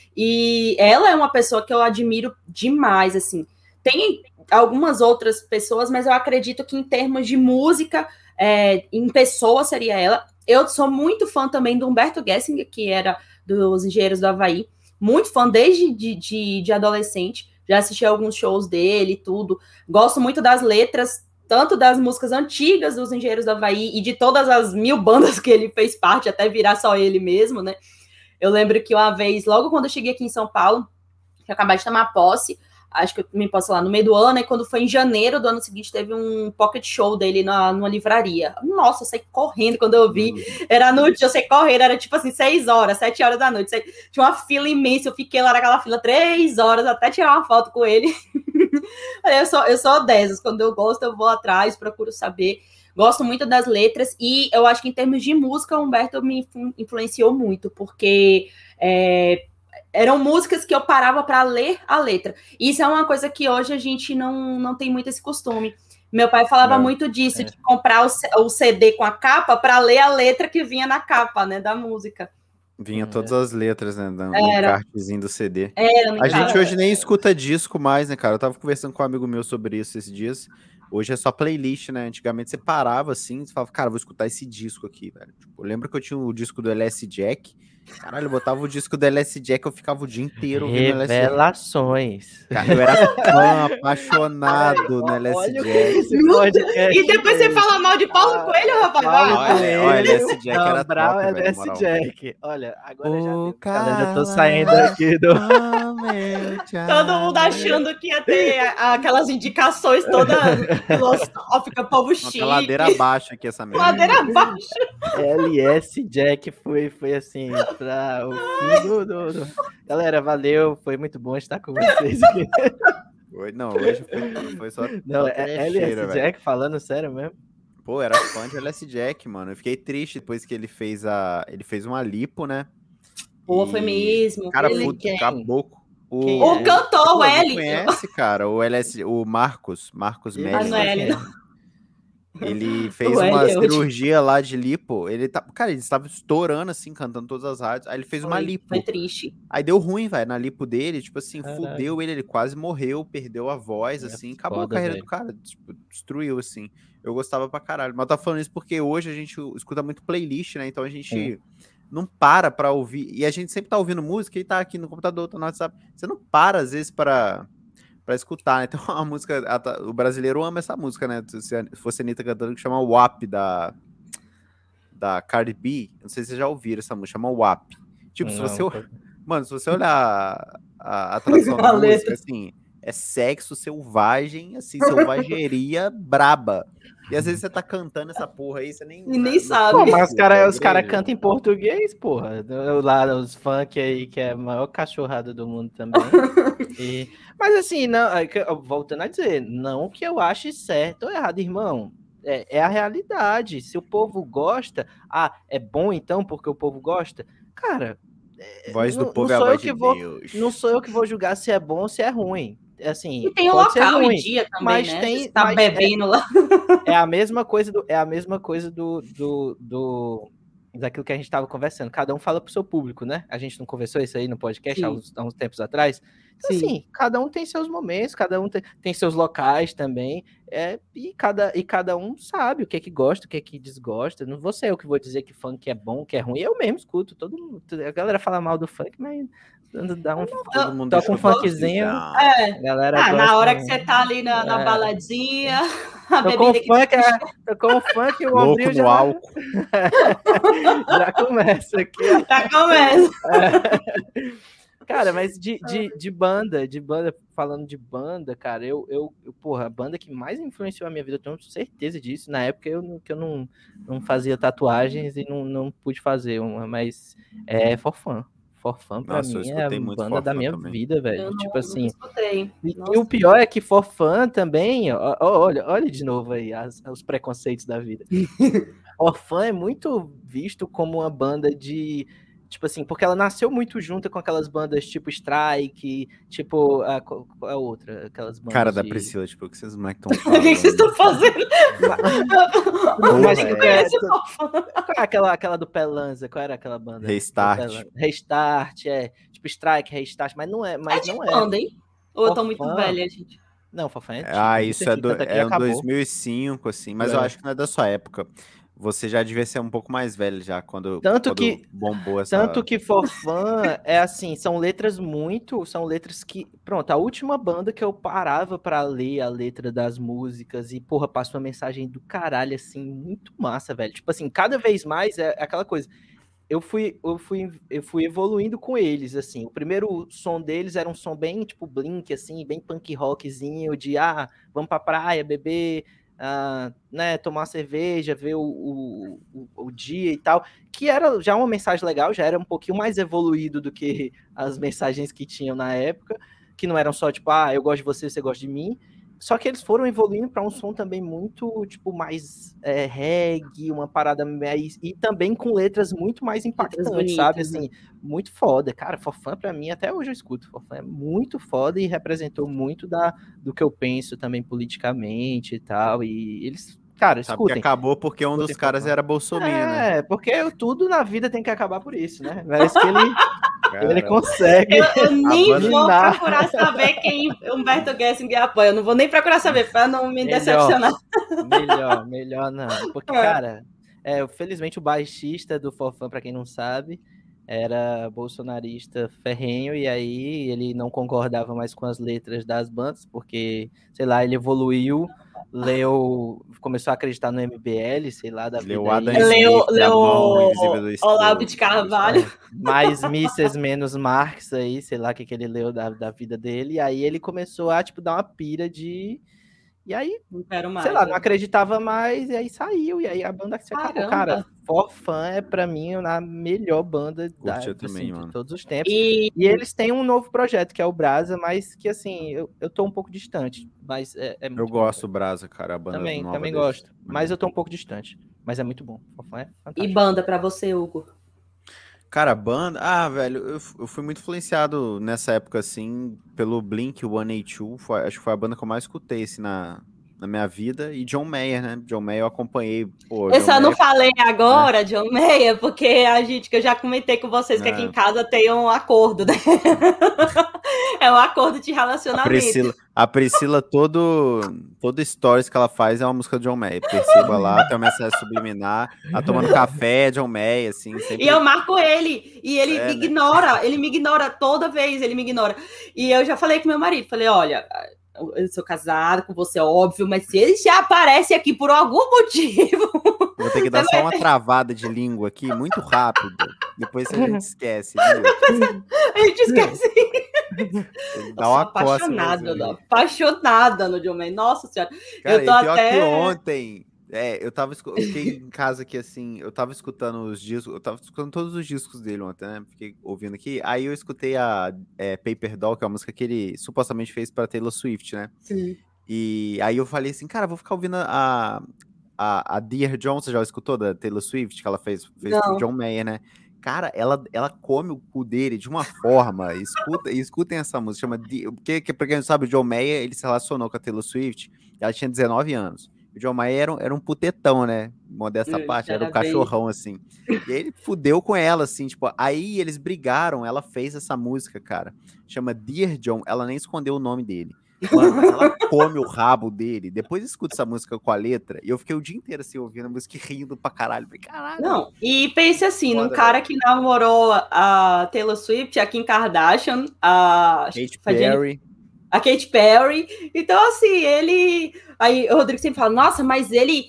E ela é uma pessoa que eu admiro demais, assim. Tem algumas outras pessoas, mas eu acredito que em termos de música, é, em pessoa seria ela. Eu sou muito fã também do Humberto Gessinger, que era dos Engenheiros do Havaí. Muito fã desde de, de, de adolescente. Já assisti alguns shows dele e tudo. Gosto muito das letras, tanto das músicas antigas dos Engenheiros do Havaí e de todas as mil bandas que ele fez parte, até virar só ele mesmo, né? Eu lembro que uma vez, logo quando eu cheguei aqui em São Paulo, que eu acabei de tomar posse, acho que eu me posso lá no meio do ano, e quando foi em janeiro do ano seguinte, teve um pocket show dele na, numa livraria. Nossa, eu saí correndo quando eu vi. Era noite, eu saí correndo, era tipo assim, seis horas, sete horas da noite. Tinha uma fila imensa, eu fiquei lá naquela fila três horas, até tirar uma foto com ele. eu, sou, eu sou dessas, quando eu gosto, eu vou atrás, procuro saber. Gosto muito das letras, e eu acho que em termos de música, o Humberto me influenciou muito, porque é, eram músicas que eu parava para ler a letra. E isso é uma coisa que hoje a gente não, não tem muito esse costume. Meu pai falava não, muito disso, é. de comprar o, o C D com a capa para ler a letra que vinha na capa, né, da música. Vinha todas as letras, né, no encartezinho do C D. Era, a gente era. Hoje nem escuta disco mais, né, cara? Eu tava conversando com um amigo meu sobre isso esses dias. Hoje é só playlist, né? Antigamente você parava assim, você falava, cara, vou escutar esse disco aqui, velho. Tipo, eu lembro que eu tinha o disco do L S Jack. Caralho, eu botava o disco do L S Jack, eu ficava o dia inteiro ouvindo L S Jack. Revelações. Cara, eu era fã, apaixonado no L S Jack. E depois você fala mal de Paulo ah, Coelho, rapaz. Paulo Coelho. O L S Jack era top, velho, L S Jack. Olha, agora o já, deu, cara, já tô saindo aqui do... Todo mundo achando que ia ter aquelas indicações todas filosóficas, povo chique. Uma ladeira abaixo aqui, essa merda. Ladeira abaixo. L S Jack foi, foi assim, pra o fim do, do, do... Galera, valeu, foi muito bom estar com vocês aqui. Não, hoje foi, foi só... Não, é L S Jack, falando sério mesmo? Pô, era fã de L S Jack, mano. Eu fiquei triste depois que ele fez a. Ele fez uma lipo, né? Pô, foi mesmo. Cara, Ele puto, quem? caboclo. O, Quem O é? cantor, Pô, o não L. conhece, cara, o L S, o Marcos, Marcos Ele Ah, Melo, não né? é ele, quem? não. Ele O fez L uma é ótimo. cirurgia lá de lipo. Ele tá, cara, ele estava estourando assim, cantando todas as rádios. Aí ele fez uma Foi, lipo. foi triste. Aí deu ruim, velho, na lipo dele, tipo assim, Caralho. fudeu ele, ele quase morreu, perdeu a voz, É assim, acabou foda, a carreira velho. do cara, tipo, destruiu, assim. Eu gostava pra caralho. Mas eu tava falando isso porque hoje a gente escuta muito playlist, né? Então a gente não para pra ouvir. E a gente sempre tá ouvindo música e tá aqui no computador, tá no WhatsApp. Você não para, às vezes, pra, pra escutar, né? Então a música, a ta- o brasileiro ama essa música, né? Se se fosse a Anitta cantando, que chama W A P da, da Cardi B. Não sei se vocês já ouviram essa música, chama W A P. Tipo, se você. Não, Mano, se você olhar a, a, a tradução da A música, letra. assim, é sexo selvagem, assim, selvageria braba. E às vezes você tá cantando essa porra aí, você nem. E nem na- no sabe. Pô, culto mas os cara, da os cara igreja. cantam em português, porra. Eu Lá, os funk aí, que é a maior cachorrada do mundo também. E- Mas assim, não, é que eu- voltando a dizer, não que eu ache certo ou errado, irmão. É, é a realidade. Se o povo gosta, ah, é bom então porque o povo gosta? Cara, é, Voz do não, não povo é a sou eu voz que de vou, Deus. não sou eu que vou julgar se é bom ou se é ruim. E Assim, tem o pode ser local e ruim, dia também, mas né? tem, Você tá mas é- bebendo lá. é a mesma coisa do, é a mesma coisa do, do, do daquilo que a gente estava conversando. Cada um fala pro seu público, né? A gente não conversou isso aí no podcast há Sim. uns, há uns tempos atrás. Então, Sim. assim, cada um tem seus momentos, cada um tem, tem seus locais também, é, e, cada, e cada um sabe o que é que gosta, o que é que desgosta. Não vou ser eu que vou dizer que funk é bom, que é ruim. Eu mesmo escuto, todo mundo, a galera fala mal do funk, mas quando dá um, Todo mundo toca um escuta o funkzinho, Tizão. É. a galera Ah, gosta. na hora que você tá ali na, na É. baladinha, a Tô com bebida que funk, é, tô com funk, o Louco ombrinho no já, álcool. já começa aqui. ó. já começa. Cara, mas de, de, de banda, de banda, falando de banda, cara, eu, eu, eu, porra, a banda que mais influenciou a minha vida, eu tenho certeza disso. Na época eu, não- que eu não, não fazia tatuagens e não, não pude fazer uma, mas é Forfã. Forfã pra Nossa, eu mim é a escutei muito banda da Forfã minha também. vida, velho. Eu não, Tipo nunca assim, escutei. e, e Nossa. o pior é que Forfã também, ó, ó, olha, olha de novo aí as- os preconceitos da vida. Forfã é muito visto como uma banda de, tipo assim, porque ela nasceu muito junto com aquelas bandas tipo Strike, tipo a, qual qual é a outra, aquelas bandas Cara da de... Priscila, tipo, o que vocês moleques estão O falando? que, que vocês estão fazendo? Mas Porra, que é, Esse qual é aquela, aquela do Pelanza? Qual era aquela banda? Restart. Do Pelanza? Restart, é. Tipo Strike, Restart, mas não é, É mas de não é. quando, hein? Ou eu tô muito Forfã. velha, gente? Não, Forfã é antigo, Ah, muito isso é, antigo, do, tanto é que é um acabou. dois mil e cinco, assim, mas eu É. acho que não é da sua época. Você já devia ser um pouco mais velho já, quando, Tanto quando que- bombou essa... Tanto que Forfã é assim, são letras muito, são letras que, pronto, a última banda que eu parava pra ler a letra das músicas e, porra, passa uma mensagem do caralho, assim, muito massa, velho. Tipo assim, cada vez mais é aquela coisa. Eu fui, eu fui, eu fui evoluindo com eles, assim. O primeiro som deles era um som bem, tipo, Blink, assim, bem punk rockzinho, de, ah, vamos pra praia, beber, ah, né, tomar uma cerveja, ver o, o, o, o dia e tal, que era já uma mensagem legal, já era um pouquinho mais evoluído do que as mensagens que tinham na época, que não eram só, tipo, ah, eu gosto de você, você gosta de mim. Só que eles foram evoluindo para um som também muito, tipo, mais é, reggae, uma parada mais... E também com letras muito mais impactantes, bonitas, sabe? né? Assim, muito foda. Cara, Forfã, pra mim, até hoje eu escuto. Forfã é muito foda e representou muito da, do que eu penso também politicamente e tal. E eles, cara, Sabe que escutem. acabou porque um Escutem dos caras Forfã. era bolsominion, né? É, porque eu- tudo na vida tem que acabar por isso, né? Parece que ele, ele Cara, consegue... Eu, eu nem banda- vou Minar. procurar saber quem Humberto Gessinger apoia. Eu não vou nem procurar saber, pra não me Melhor. decepcionar. Melhor, melhor não. Porque, É. cara, é, felizmente o baixista do Forfã, pra quem não sabe, era bolsonarista ferrenho, e aí ele não concordava mais com as letras das bandas, porque, sei lá, ele evoluiu, leu, começou a acreditar no M B L, sei lá, da Leu vida Adam aí. Leu, Smith, a mão leu invisível do Olavo de do- Carvalho. É, mais Mises menos Marx aí, sei lá o que, que ele leu da, da vida dele, e aí ele começou a, tipo, dar uma pira de E aí, Não quero mais. sei lá, né? não acreditava mais, e aí saiu, e aí a banda se acabou. Caramba. Cara, For Fun é pra mim a melhor banda da, Curti eu também, assim, de mano. todos os tempos. E E eles têm um novo projeto, que é o Brasa, mas que assim, eu, eu tô um pouco distante. Mas é, é muito Eu bom, gosto do velho. Brasa, cara, a banda Também, nova também deles. gosto. Mas eu tô um pouco distante. Mas é muito bom. For Fun é e fantástico. banda pra você, Hugo? Cara, banda. Ah, velho, eu, f- eu fui muito influenciado nessa época, assim, pelo Blink cento e oitenta e dois. Foi, acho que foi a banda que eu mais escutei, assim, na, na minha vida. E John Mayer, né? John Mayer eu acompanhei. Pô, Eu John só não Mayer, falei né? agora, John Mayer, porque a gente, que eu já comentei com vocês que aqui em né, casa tem um acordo, né? É um acordo de A relacionamento. Priscila, a Priscila, todo, todo stories que ela faz é uma música do John Mayer. Perceba lá, tem uma mensagem subliminar. Ela tomando café, John Mayer, assim, E sempre. eu marco ele, e ele É, me né? ignora, ele me ignora toda vez, ele me ignora. E eu já falei com meu marido, falei, olha, eu sou casada com você, óbvio, mas se ele já aparece aqui por algum motivo... Vou ter que dar só uma travada de língua aqui, muito rápida. Depois a gente esquece, viu? A gente esquece. Ele Eu dá sou uma coça em apaixonada, você. apaixonada no John Mayer. Nossa senhora, Cara, eu tô e pior até... que ontem, é, eu tava, escu- eu fiquei em casa aqui assim, eu tava escutando os discos, eu tava escutando todos os discos dele ontem, né? Fiquei ouvindo aqui. Aí eu escutei a é, Paper Doll, que é uma música que ele supostamente fez pra Taylor Swift, né? Sim. E aí eu falei assim, cara, vou ficar ouvindo a, a, a Dear John, você já escutou da Taylor Swift, que ela fez, fez pro Não. John Mayer, né? Cara, ela, ela come o cu dele de uma forma. Escuta, escutem essa música, chama Dear, porque, que, pra quem não sabe, o John Mayer, ele se relacionou com a Taylor Swift, ela tinha dezenove anos. O John Mayer era, um- era um putetão, né? Modesta Hum, parte, era um era bem- cachorrão, assim. E aí ele fudeu com ela, assim, tipo, aí eles brigaram, ela fez essa música, cara. Chama Dear John, ela nem escondeu o nome dele. Mano, mas ela come o rabo dele. Depois escuta essa música com a letra. E eu fiquei o dia inteiro assim, ouvindo a música e rindo pra caralho. Falei, caralho. Não, e pense assim, num Foda, cara velho. que namorou a Taylor Swift, a Kim Kardashian, a, acho que Katy foi a Jennifer- Perry. a Katy Perry. Então, assim, ele. Aí o Rodrigo sempre fala, nossa, mas ele.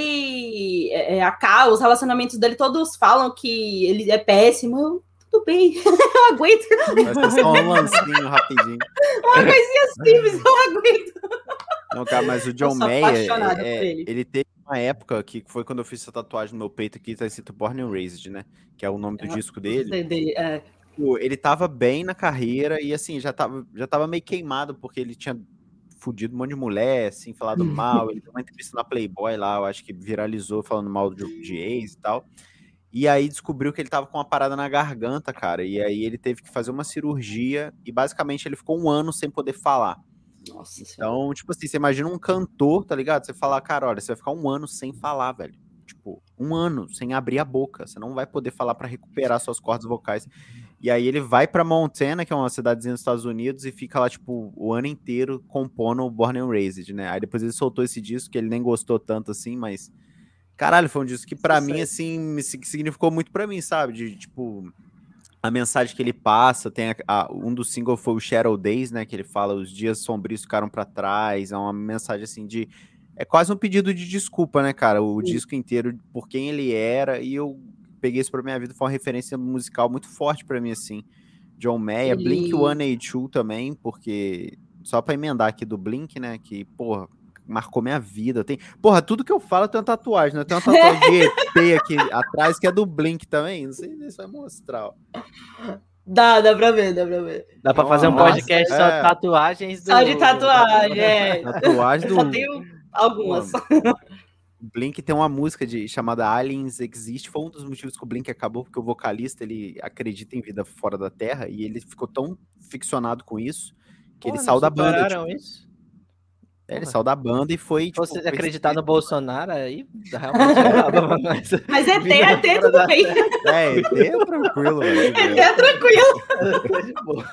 ele é, é, a K, os relacionamentos dele, todos falam que ele é péssimo. Eu, tudo bem, eu aguento. Vai ser só um lancinho rapidinho. Uma coisinha simples, eu aguento. Não, cara, mas o John sou Mayer, apaixonada é- por é- ele. ele teve uma época que foi quando eu fiz essa tatuagem no meu peito aqui, tá escrito Born and Raised, né? Que é o nome do disco dele. C D, é. Pô, ele tava bem na carreira e assim, já tava, já tava meio queimado, porque ele tinha fudido um monte de mulher, assim, falado mal. Ele deu uma entrevista na Playboy lá, eu acho que viralizou falando mal de, de ex e tal. E aí descobriu que ele tava com uma parada na garganta, cara. E aí ele teve que fazer uma cirurgia e basicamente ele ficou um ano sem poder falar. Nossa senhora. Então, tipo assim, você imagina um cantor, tá ligado? Você falar, cara, olha, você vai ficar um ano sem falar, velho. Tipo, um ano sem abrir a boca. Você não vai poder falar pra recuperar suas cordas vocais. E aí ele vai pra Montana, que é uma cidadezinha dos Estados Unidos, e fica lá, tipo, o ano inteiro compondo o Born and Raised, né? Aí depois ele soltou esse disco, que ele nem gostou tanto assim, mas... Caralho, foi um disco que pra mim, assim, me sig- significou muito pra mim, sabe? De, tipo, a mensagem que ele passa, tem a- a- um dos singles foi o Shadow Days, né? Que ele fala, os dias sombrios ficaram pra trás, é uma mensagem, assim, de... É quase um pedido de desculpa, né, cara? O Sim. disco inteiro, por quem ele era, e eu peguei isso pra minha vida, foi uma referência musical muito forte pra mim, assim. John Mayer, Ele- Blink cento e oitenta e dois também, porque... Só pra emendar aqui do Blink, né, que, porra, marcou minha vida. Tem... Porra, tudo que eu falo eu tenho uma tatuagem, né? Eu tenho uma tatuagem de E T aqui atrás, que é do Blink também. Não sei se isso vai mostrar, ó. Dá, dá pra ver, dá pra ver. Dá pra fazer um Nossa, podcast é. só de tatuagens do... Só de tatuagem, é. Tatuagem do... Só tenho algumas. O Blink tem uma música de, chamada Aliens Exist. Foi um dos motivos que o Blink acabou, porque o vocalista, ele acredita em vida fora da Terra, e ele ficou tão ficcionado com isso, que Porra, ele saiu não da banda. superaram Tipo, isso? é, ele Porra. saiu da banda e foi, Se tipo... você acreditar no Bolsonaro, aí realmente acaba, mas... Mas é Vida E T, é T, fora tudo da bem. É, E T é tranquilo, velho. E T é tranquilo. Terra, de boa.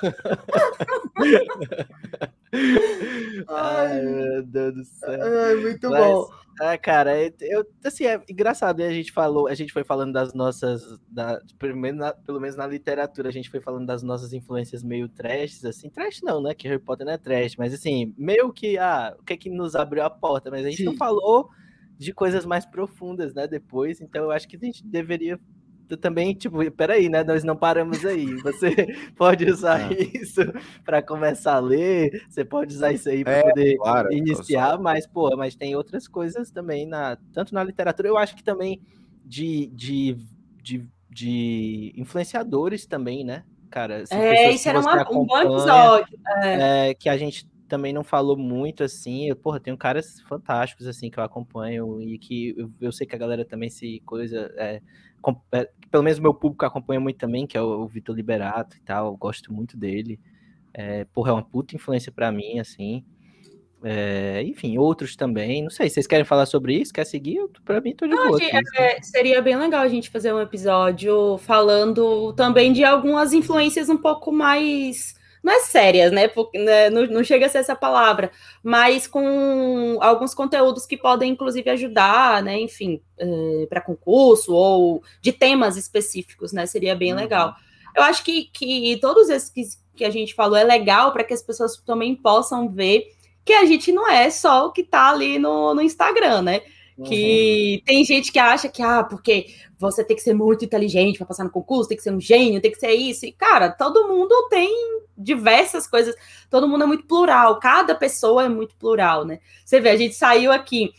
Ai, meu Deus do céu. Ai, muito Mas, bom. é, cara, eu, eu- assim, é engraçado, né? A gente falou, a gente foi falando das nossas, da, pelo, menos na, pelo menos na literatura, a gente foi falando das nossas influências meio trash, assim, trash não, né? Que Harry Potter não é trash, mas assim, meio que, ah, o que é que nos abriu a porta, mas a gente Sim. não falou de coisas mais profundas, né? Depois, então eu acho que a gente deveria tu também, tipo, peraí, né? Nós não paramos aí. Você pode usar ah. isso para começar a ler, você pode usar isso aí para é, poder claro, iniciar, mas, pô, mas tem outras coisas também, na, tanto na literatura, eu acho que também de, de, de, de influenciadores também, né, cara? Assim, é, isso era uma, um bom episódio. É. É, que a gente também não falou muito, assim, eu, porra, tem caras fantásticos, assim, que eu acompanho e que eu, eu sei que a galera também se coisa, é, com, é, pelo menos o meu público acompanha muito também, que é o, o Vitor Liberato e tal, eu gosto muito dele, é, porra, é uma puta influência pra mim, assim, é, enfim, outros também, não sei, vocês querem falar sobre isso, quer seguir? Eu, pra mim, tô de não, boa de, aqui, é, seria bem legal a gente fazer um episódio falando também de algumas influências um pouco mais... não é sérias, né? Porque, né? Não, não chega a ser essa palavra, mas com alguns conteúdos que podem, inclusive, ajudar, né? Enfim, é, para concurso ou de temas específicos, né? Seria bem uhum. legal. Eu acho que, que todos esses que, que a gente falou é legal para que as pessoas também possam ver que a gente não é só o que tá ali no, no Instagram, né? Que uhum. tem gente que acha que, ah, porque você tem que ser muito inteligente para passar no concurso, tem que ser um gênio, tem que ser isso. E, cara, todo mundo tem diversas coisas, todo mundo é muito plural, cada pessoa é muito plural, né? Você vê, a gente saiu aqui,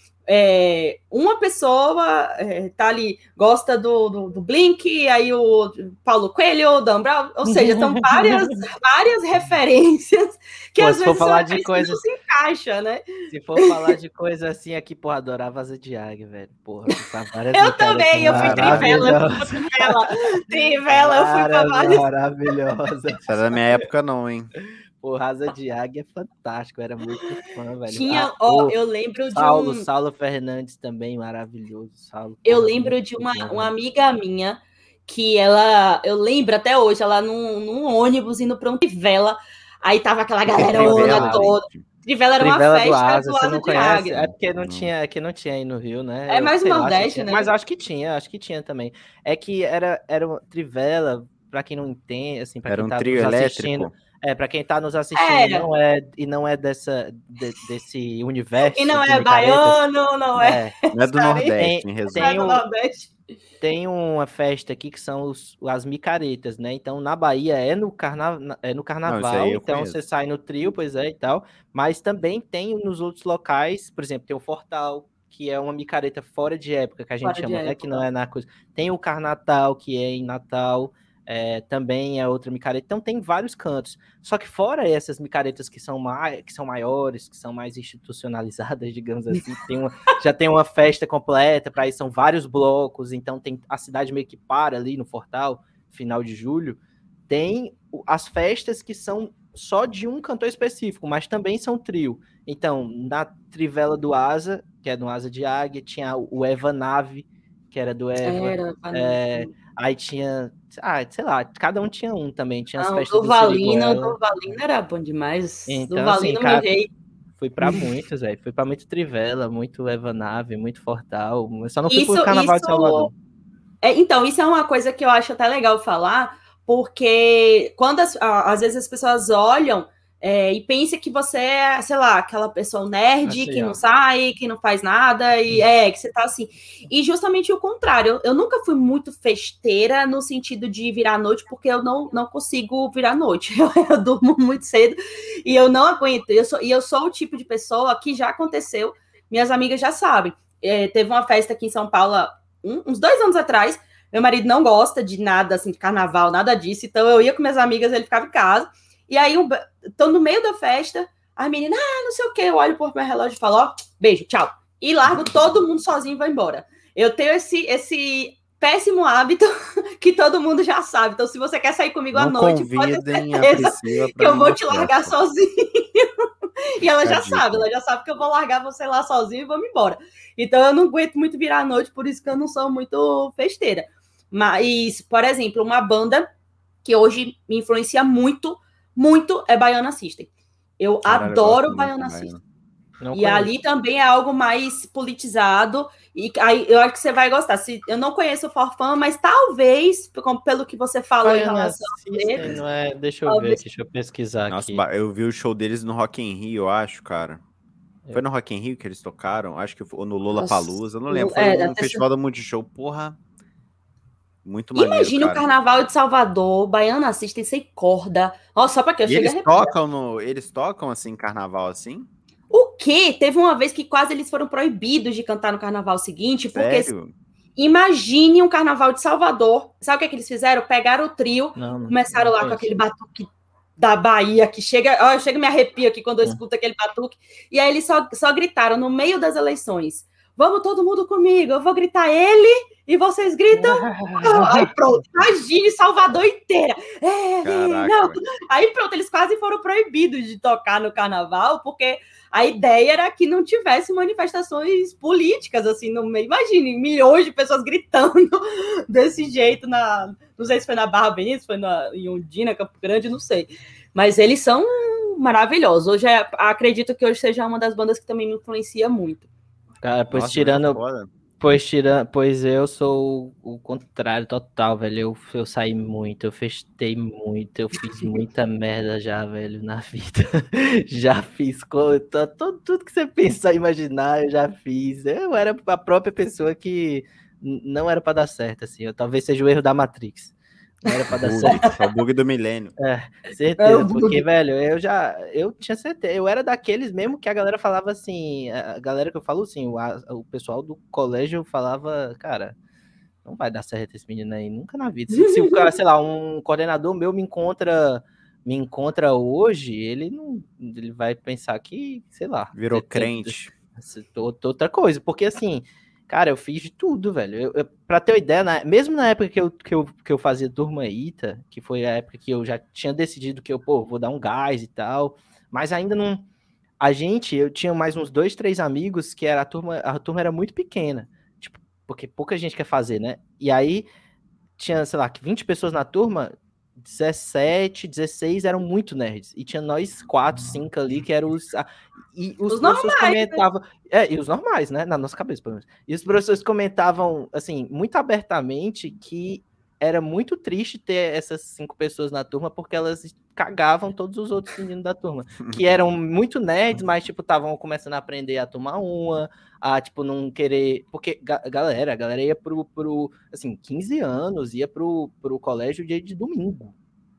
é, uma pessoa é, tá ali, gosta do, do, do Blink, aí o Paulo Coelho, o Dan Brown, ou seja, são várias, várias referências que Pô, às se vezes for falar de coisas, não se encaixa, né? Se for falar de coisa assim aqui, porra, adorava Asa de Águia, velho. Porra, eu também, eu fui trivela, eu fui pra trivela. Trivela, eu fui pra várias. Maravilhosa. Essa era da minha época, não, hein? Porra, Asa de Águia é fantástico, eu era muito fã, velho. Tinha, ah, ó, eu lembro Saulo, de um... Saulo Fernandes também, maravilhoso. Saulo, eu porra, lembro de uma, bom, uma amiga minha, que ela, eu lembro até hoje, ela num, num ônibus indo pra um trivela, aí tava aquela galera toda. Trivela era Trivela uma festa do Asa, do você Asa não de conhece? Águia. É porque não tinha, é que não tinha aí no Rio, né? É mais o Nordeste, né? Mas acho que tinha, acho que tinha também. É que era, era uma Trivela, pra quem não entende, assim, pra era quem um tá trio nos elétrico. assistindo. É, pra quem tá nos assistindo é. e não é, e não é dessa, de, desse universo. E não de é baiano, não é. é. Não é do Nordeste, tem, em resumo. Não é do Nordeste. Tem uma festa aqui que são os, as micaretas, né? Então, na Bahia é no, carna, é no carnaval, não, então você sai no trio, pois é, e tal. Mas também tem nos outros locais, por exemplo, tem o Fortal, que é uma micareta fora de época, que a gente fora chama, né? Que não é na coisa. Tem o Carnatal, que é em Natal, é, também é outra micareta. Então, tem vários cantos. Só que fora essas micaretas que são, mai, que são maiores, que são mais institucionalizadas, digamos assim, tem uma, já tem uma festa completa, para isso são vários blocos, então tem a cidade meio que para ali no Fortal, final de julho. Tem as festas que são só de um cantor específico, mas também são trio. Então, na Trivela do Asa, que é do Asa de Águia, tinha o Eva Nave, que era do Eva. Era, é, aí tinha, ah, sei lá, cada um tinha um também. Tinha as ah, festas do Valino, do Valino era bom demais. Então, do Valino, assim, cara, meu rei. Fui pra muitos, velho. Fui pra muito Trivela, muito Eva Nave, muito Fortal. Eu só não fui isso, pro Carnaval isso... de Salvador. É, então, isso é uma coisa que eu acho até legal falar, porque quando as, às vezes as pessoas olham é, e pensam que você é, sei lá, aquela pessoa nerd assim, que ó. não sai, que não faz nada, e é, que você tá assim. E justamente o contrário, eu, eu nunca fui muito festeira no sentido de virar à noite, porque eu não, não consigo virar à noite. Eu, eu durmo muito cedo e eu não aguento. Eu sou, e eu sou o tipo de pessoa que já aconteceu, minhas amigas já sabem. É, teve uma festa aqui em São Paulo, um, uns dois anos atrás. Meu marido não gosta de nada, assim, de carnaval, nada disso. Então, eu ia com minhas amigas, ele ficava em casa. E aí, eu tô no meio da festa, a menina, ah, não sei o quê. Eu olho pro meu relógio e falo, ó, beijo, tchau. E largo todo mundo sozinho e vou embora. Eu tenho esse, esse péssimo hábito que todo mundo já sabe. Então, se você quer sair comigo não à noite, pode ter certeza que eu vou te largar festa. sozinho. E ela já Tadinha. sabe, ela já sabe que eu vou largar você lá sozinho e vou me embora. Então, eu não aguento muito virar à noite, por isso que eu não sou muito festeira. Mas, por exemplo, uma banda que hoje me influencia muito, muito, é Baiana System. Eu Caralho, adoro eu Baiana System. Não e conheço. Ali também é algo mais politizado, e aí eu acho que você vai gostar. Se, eu não conheço o Forfã, mas talvez, pelo que você falou Baiana em relação System, a eles, não é... Deixa eu talvez... ver aqui, deixa eu pesquisar Nossa, aqui. Eu vi o show deles no Rock in Rio, eu acho, cara. Foi no Rock in Rio que eles tocaram? Acho que foi no Lollapalooza, eu não lembro. Foi é, um festival da Multishow, porra... Muito maneiro, Imagina o cara. Carnaval de Salvador, Baiano assistem sem corda. Ó, só pra que eu E chegue a eles arrepiar. tocam no, eles tocam assim carnaval assim? O quê? Teve uma vez que quase eles foram proibidos de cantar no carnaval seguinte, porque Sério? imagine um carnaval de Salvador. Sabe o que, é que eles fizeram? Pegaram o trio, Não, não, começaram não lá com conheço. aquele batuque da Bahia, que chega, ó, eu chego e me arrepio aqui quando eu Hum. escuto aquele batuque. E aí eles só, só gritaram no meio das eleições: vamos todo mundo comigo, eu vou gritar ele e vocês gritam. Aí pronto, imagine Salvador inteira. É, Caraca, não. velho. Aí pronto, eles quase foram proibidos de tocar no carnaval, porque a ideia era que não tivesse manifestações políticas, assim, no meio. Imagine, milhões de pessoas gritando desse jeito, na, não sei se foi na Barra Bonita, se foi na, em Undina, Campo Grande, não sei. Mas eles são maravilhosos. Hoje é, acredito que hoje seja uma das bandas que também me influencia muito. Cara, pois Nossa, tirando... muito foda. Pois, tira, pois eu sou o, o contrário total, velho. Eu, eu saí muito, eu festei muito, eu fiz muita merda já, velho, na vida. Já fiz conta, tudo, tudo que você pensar, imaginar, eu já fiz. Eu era a própria pessoa que n- não era pra dar certo, assim. Eu, talvez seja o erro da Matrix. Não era pra dar certo. Bug, é o bug do milênio. Certeza, É o porque, bug. velho, eu já, eu tinha certeza, eu era daqueles mesmo que a galera falava assim, a galera que eu falo assim, o, a- o pessoal do colégio falava, cara, não vai dar certo esse menino aí, nunca na vida. Se, se o cara, sei lá, um coordenador meu me encontra, me encontra hoje, ele não, ele vai pensar que, sei lá, Virou tem- crente. outra outra coisa, porque assim, cara, eu fiz de tudo, velho. Eu, eu, pra ter uma ideia, na- mesmo na época que eu, que, eu, que eu fazia Turma Ita, que foi a época que eu já tinha decidido que eu, pô, vou dar um gás e tal, mas ainda não. A gente, eu tinha mais uns dois, três amigos que era a turma, a turma era muito pequena, tipo, porque pouca gente quer fazer, né? E aí tinha, sei lá, vinte pessoas na turma, dezessete, dezesseis eram muito nerds. E tinha nós quatro, cinco ali que eram os. a- E os, Os professores normais, comentavam. É, e os normais, né? Na nossa cabeça, pelo menos. E os professores comentavam, assim, muito abertamente que era muito triste ter essas cinco pessoas na turma porque elas cagavam todos os outros meninos da turma. Que eram muito nerds, mas, tipo, estavam começando a aprender a tomar uma, a, tipo, não querer... Porque, ga- galera, a galera ia pro, pro assim, quinze anos, ia pro, pro colégio dia de domingo.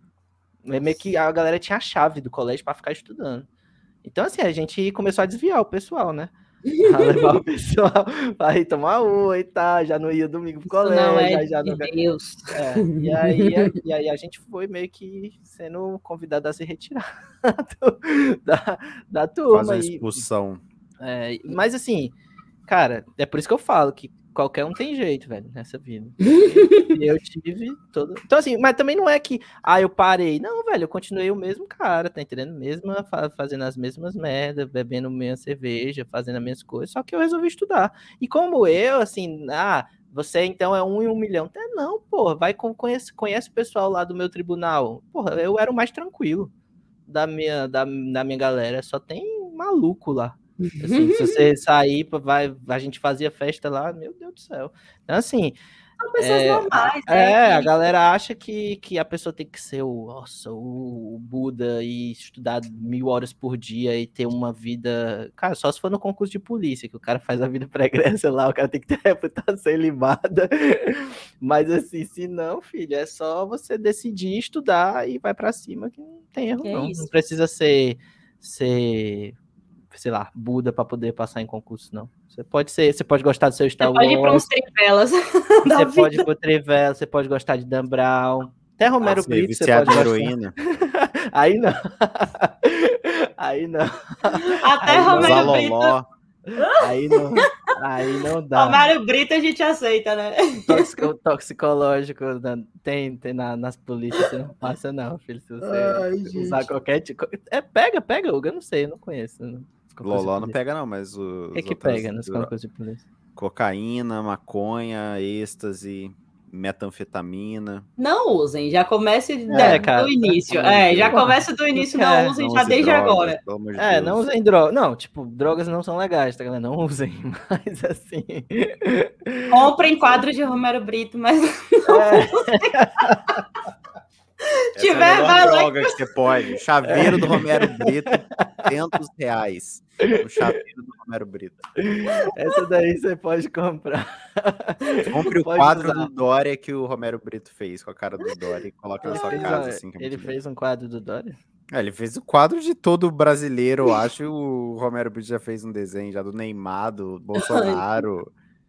É meio que a galera tinha a chave do colégio para ficar estudando. Então, assim, a gente começou a desviar o pessoal, né? A levar o pessoal para ir tomar uma e tal, já não ia domingo pro Isso não colégio, é aí já de não... Deus. É, e, aí, e aí a gente foi meio que sendo convidado a se retirar do- da, da Quase turma. uma E, expulsão. é, mas assim, cara, é por isso que eu falo que qualquer um tem jeito, velho, nessa vida. E eu tive todo. Então, assim, mas também não é que, ah, eu parei. Não, velho, eu continuei o mesmo cara, tá entendendo? Mesma, fa- fazendo as mesmas merdas, bebendo a mesma cerveja, fazendo as mesmas coisas, só que eu resolvi estudar. E como eu, assim, ah, você então é um em um milhão. É, não, porra, vai com, conhece, conhece o pessoal lá do meu tribunal. Porra, eu era o mais tranquilo da minha, da, da minha galera, só tem maluco lá. Assim, se você sair, vai, a gente fazia festa lá, meu Deus do céu. Então, assim, São pessoas é, normais, a, né? é, a Que... galera acha que, que a pessoa tem que ser o, nossa, o, o Buda e estudar mil horas por dia e ter uma vida. Cara, só se for no concurso de polícia, que o cara faz a vida pregressa lá, o cara tem que ter a reputação ilibada. Mas assim, se não, filho, é só você decidir estudar e vai pra cima, que não tem erro, Que é não. isso. Não precisa ser, ser, sei lá, Buda pra poder passar em concurso, não. Você pode ser, você pode gostar do seu Star Você pode ir para Wars. uns trivelas da Você vida. pode ir pro Trivela, você pode gostar de Dan Brown. Até Romero Você Brito você viciado pode em gostar. heroína. Aí não. Aí não. Até Aí não. Romero Brito. Zaloló. Aí não. Aí não dá. Romero Brito a gente aceita, né? Tóxico, toxicológico né? tem, tem na, nas polícias, você não passa, não, filho. Se você Ai, usar gente. qualquer tipo. É, pega, pega, Hugo, eu não sei, eu não conheço. Não. Loló não pega não, mas O os que, que outras pega nos dro- concursos de polícia? cocaína, maconha, êxtase, metanfetamina. Não usem, já comece É, da- cara. do início. Pelo amor de É, já Deus. começa do início, É, não usem Não já use desde drogas, agora. pelo amor de É, Deus. não usem drogas. Não, tipo, drogas não são legais, tá galera? Não usem, mas assim. Comprem quadros de Romero Brito, mas É. Essa Tiver, é a melhor vai lá. droga que você pode. Chaveiro do Romero Brito, duzentos reais. O chaveiro do Romero Brito. Essa daí você pode comprar. Compre o Pode quadro usar. do Dória que o Romero Brito fez, com a cara do Dória, e coloca na Ele sua fez, casa, uma- assim, que é ele muito fez um quadro do Dória? lindo. É, ele fez o quadro de todo brasileiro, eu acho. O Romero Brito já fez um desenho já do Neymar, do Bolsonaro.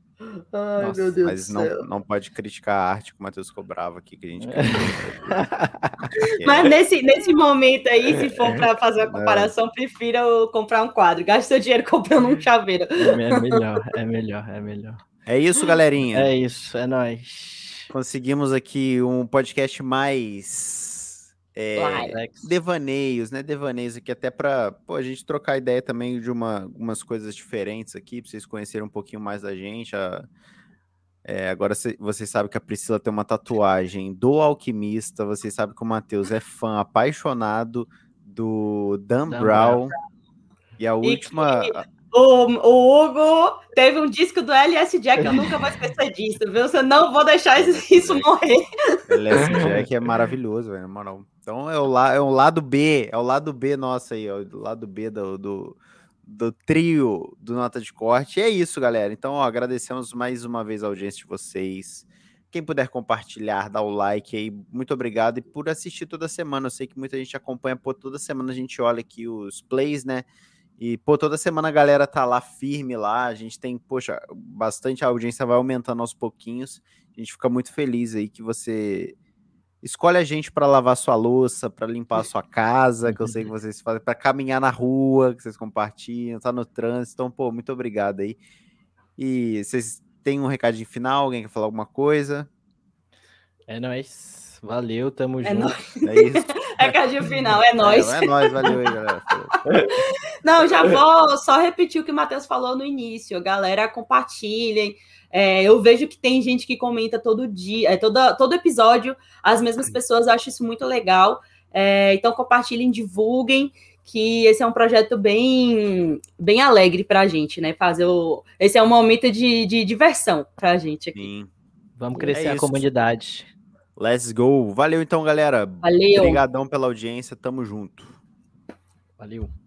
Ai, Nossa, meu Deus Mas do não, céu. não pode criticar a arte que o Matheus cobrava aqui, que a gente critica o Romero Brito. que Mas é- nesse, nesse momento aí, se for para fazer uma Não. comparação, prefira eu comprar um quadro. Gaste seu dinheiro comprando um chaveiro. É, me- é melhor, é melhor, é melhor. É isso, galerinha. É isso, é nóis. Conseguimos aqui um podcast mais é, Alex. devaneios, né? Devaneios aqui até para a gente trocar ideia também de uma, algumas coisas diferentes aqui, para vocês conhecerem um pouquinho mais da gente. A- é, agora cê- vocês sabem que a Priscila tem uma tatuagem do Alquimista, vocês sabem que o Matheus é fã apaixonado do Dan, Dan Brown. Brown. E a última... O, o Hugo teve um disco do L S Jack, eu nunca vou esquecer disso, viu? Você não vou deixar isso, isso morrer. L S Jack é maravilhoso, velho, na moral. Então é o, la, é o lado B, é o lado B nosso aí, ó, o lado B do, do, do trio do Nota de Corte. E é isso, galera. Então, ó, agradecemos mais uma vez a audiência de vocês. Quem puder compartilhar, dá o like aí, muito obrigado. E por assistir toda semana, eu sei que muita gente acompanha, pô, toda semana a gente olha aqui os plays, né? E, pô, toda semana a galera tá lá firme lá, a gente tem, poxa, bastante, a audiência vai aumentando aos pouquinhos, a gente fica muito feliz aí que você escolhe a gente para lavar sua louça, para limpar a sua casa, que eu sei que vocês fazem, para caminhar na rua, que vocês compartilham, tá no trânsito, então, pô, muito obrigado aí. E vocês têm um recadinho final, alguém quer falar alguma coisa? É nóis. Valeu, tamo É junto. nóis. É isso. Recadinho final, é nóis. É, é nóis, valeu aí, galera. Falou. Não, já vou só repetir o que o Matheus falou no início. Galera, compartilhem. É, eu vejo que tem gente que comenta todo dia, é, todo, todo episódio, as mesmas pessoas, eu acho isso muito legal. É, então, compartilhem, divulguem, que esse é um projeto bem, bem alegre pra gente, né? Fazer o, esse é um momento de, de diversão pra gente aqui. Sim. Vamos crescer É a isso. comunidade. Let's go. Valeu então, galera. Valeu. Obrigadão pela audiência. Tamo junto. Valeu.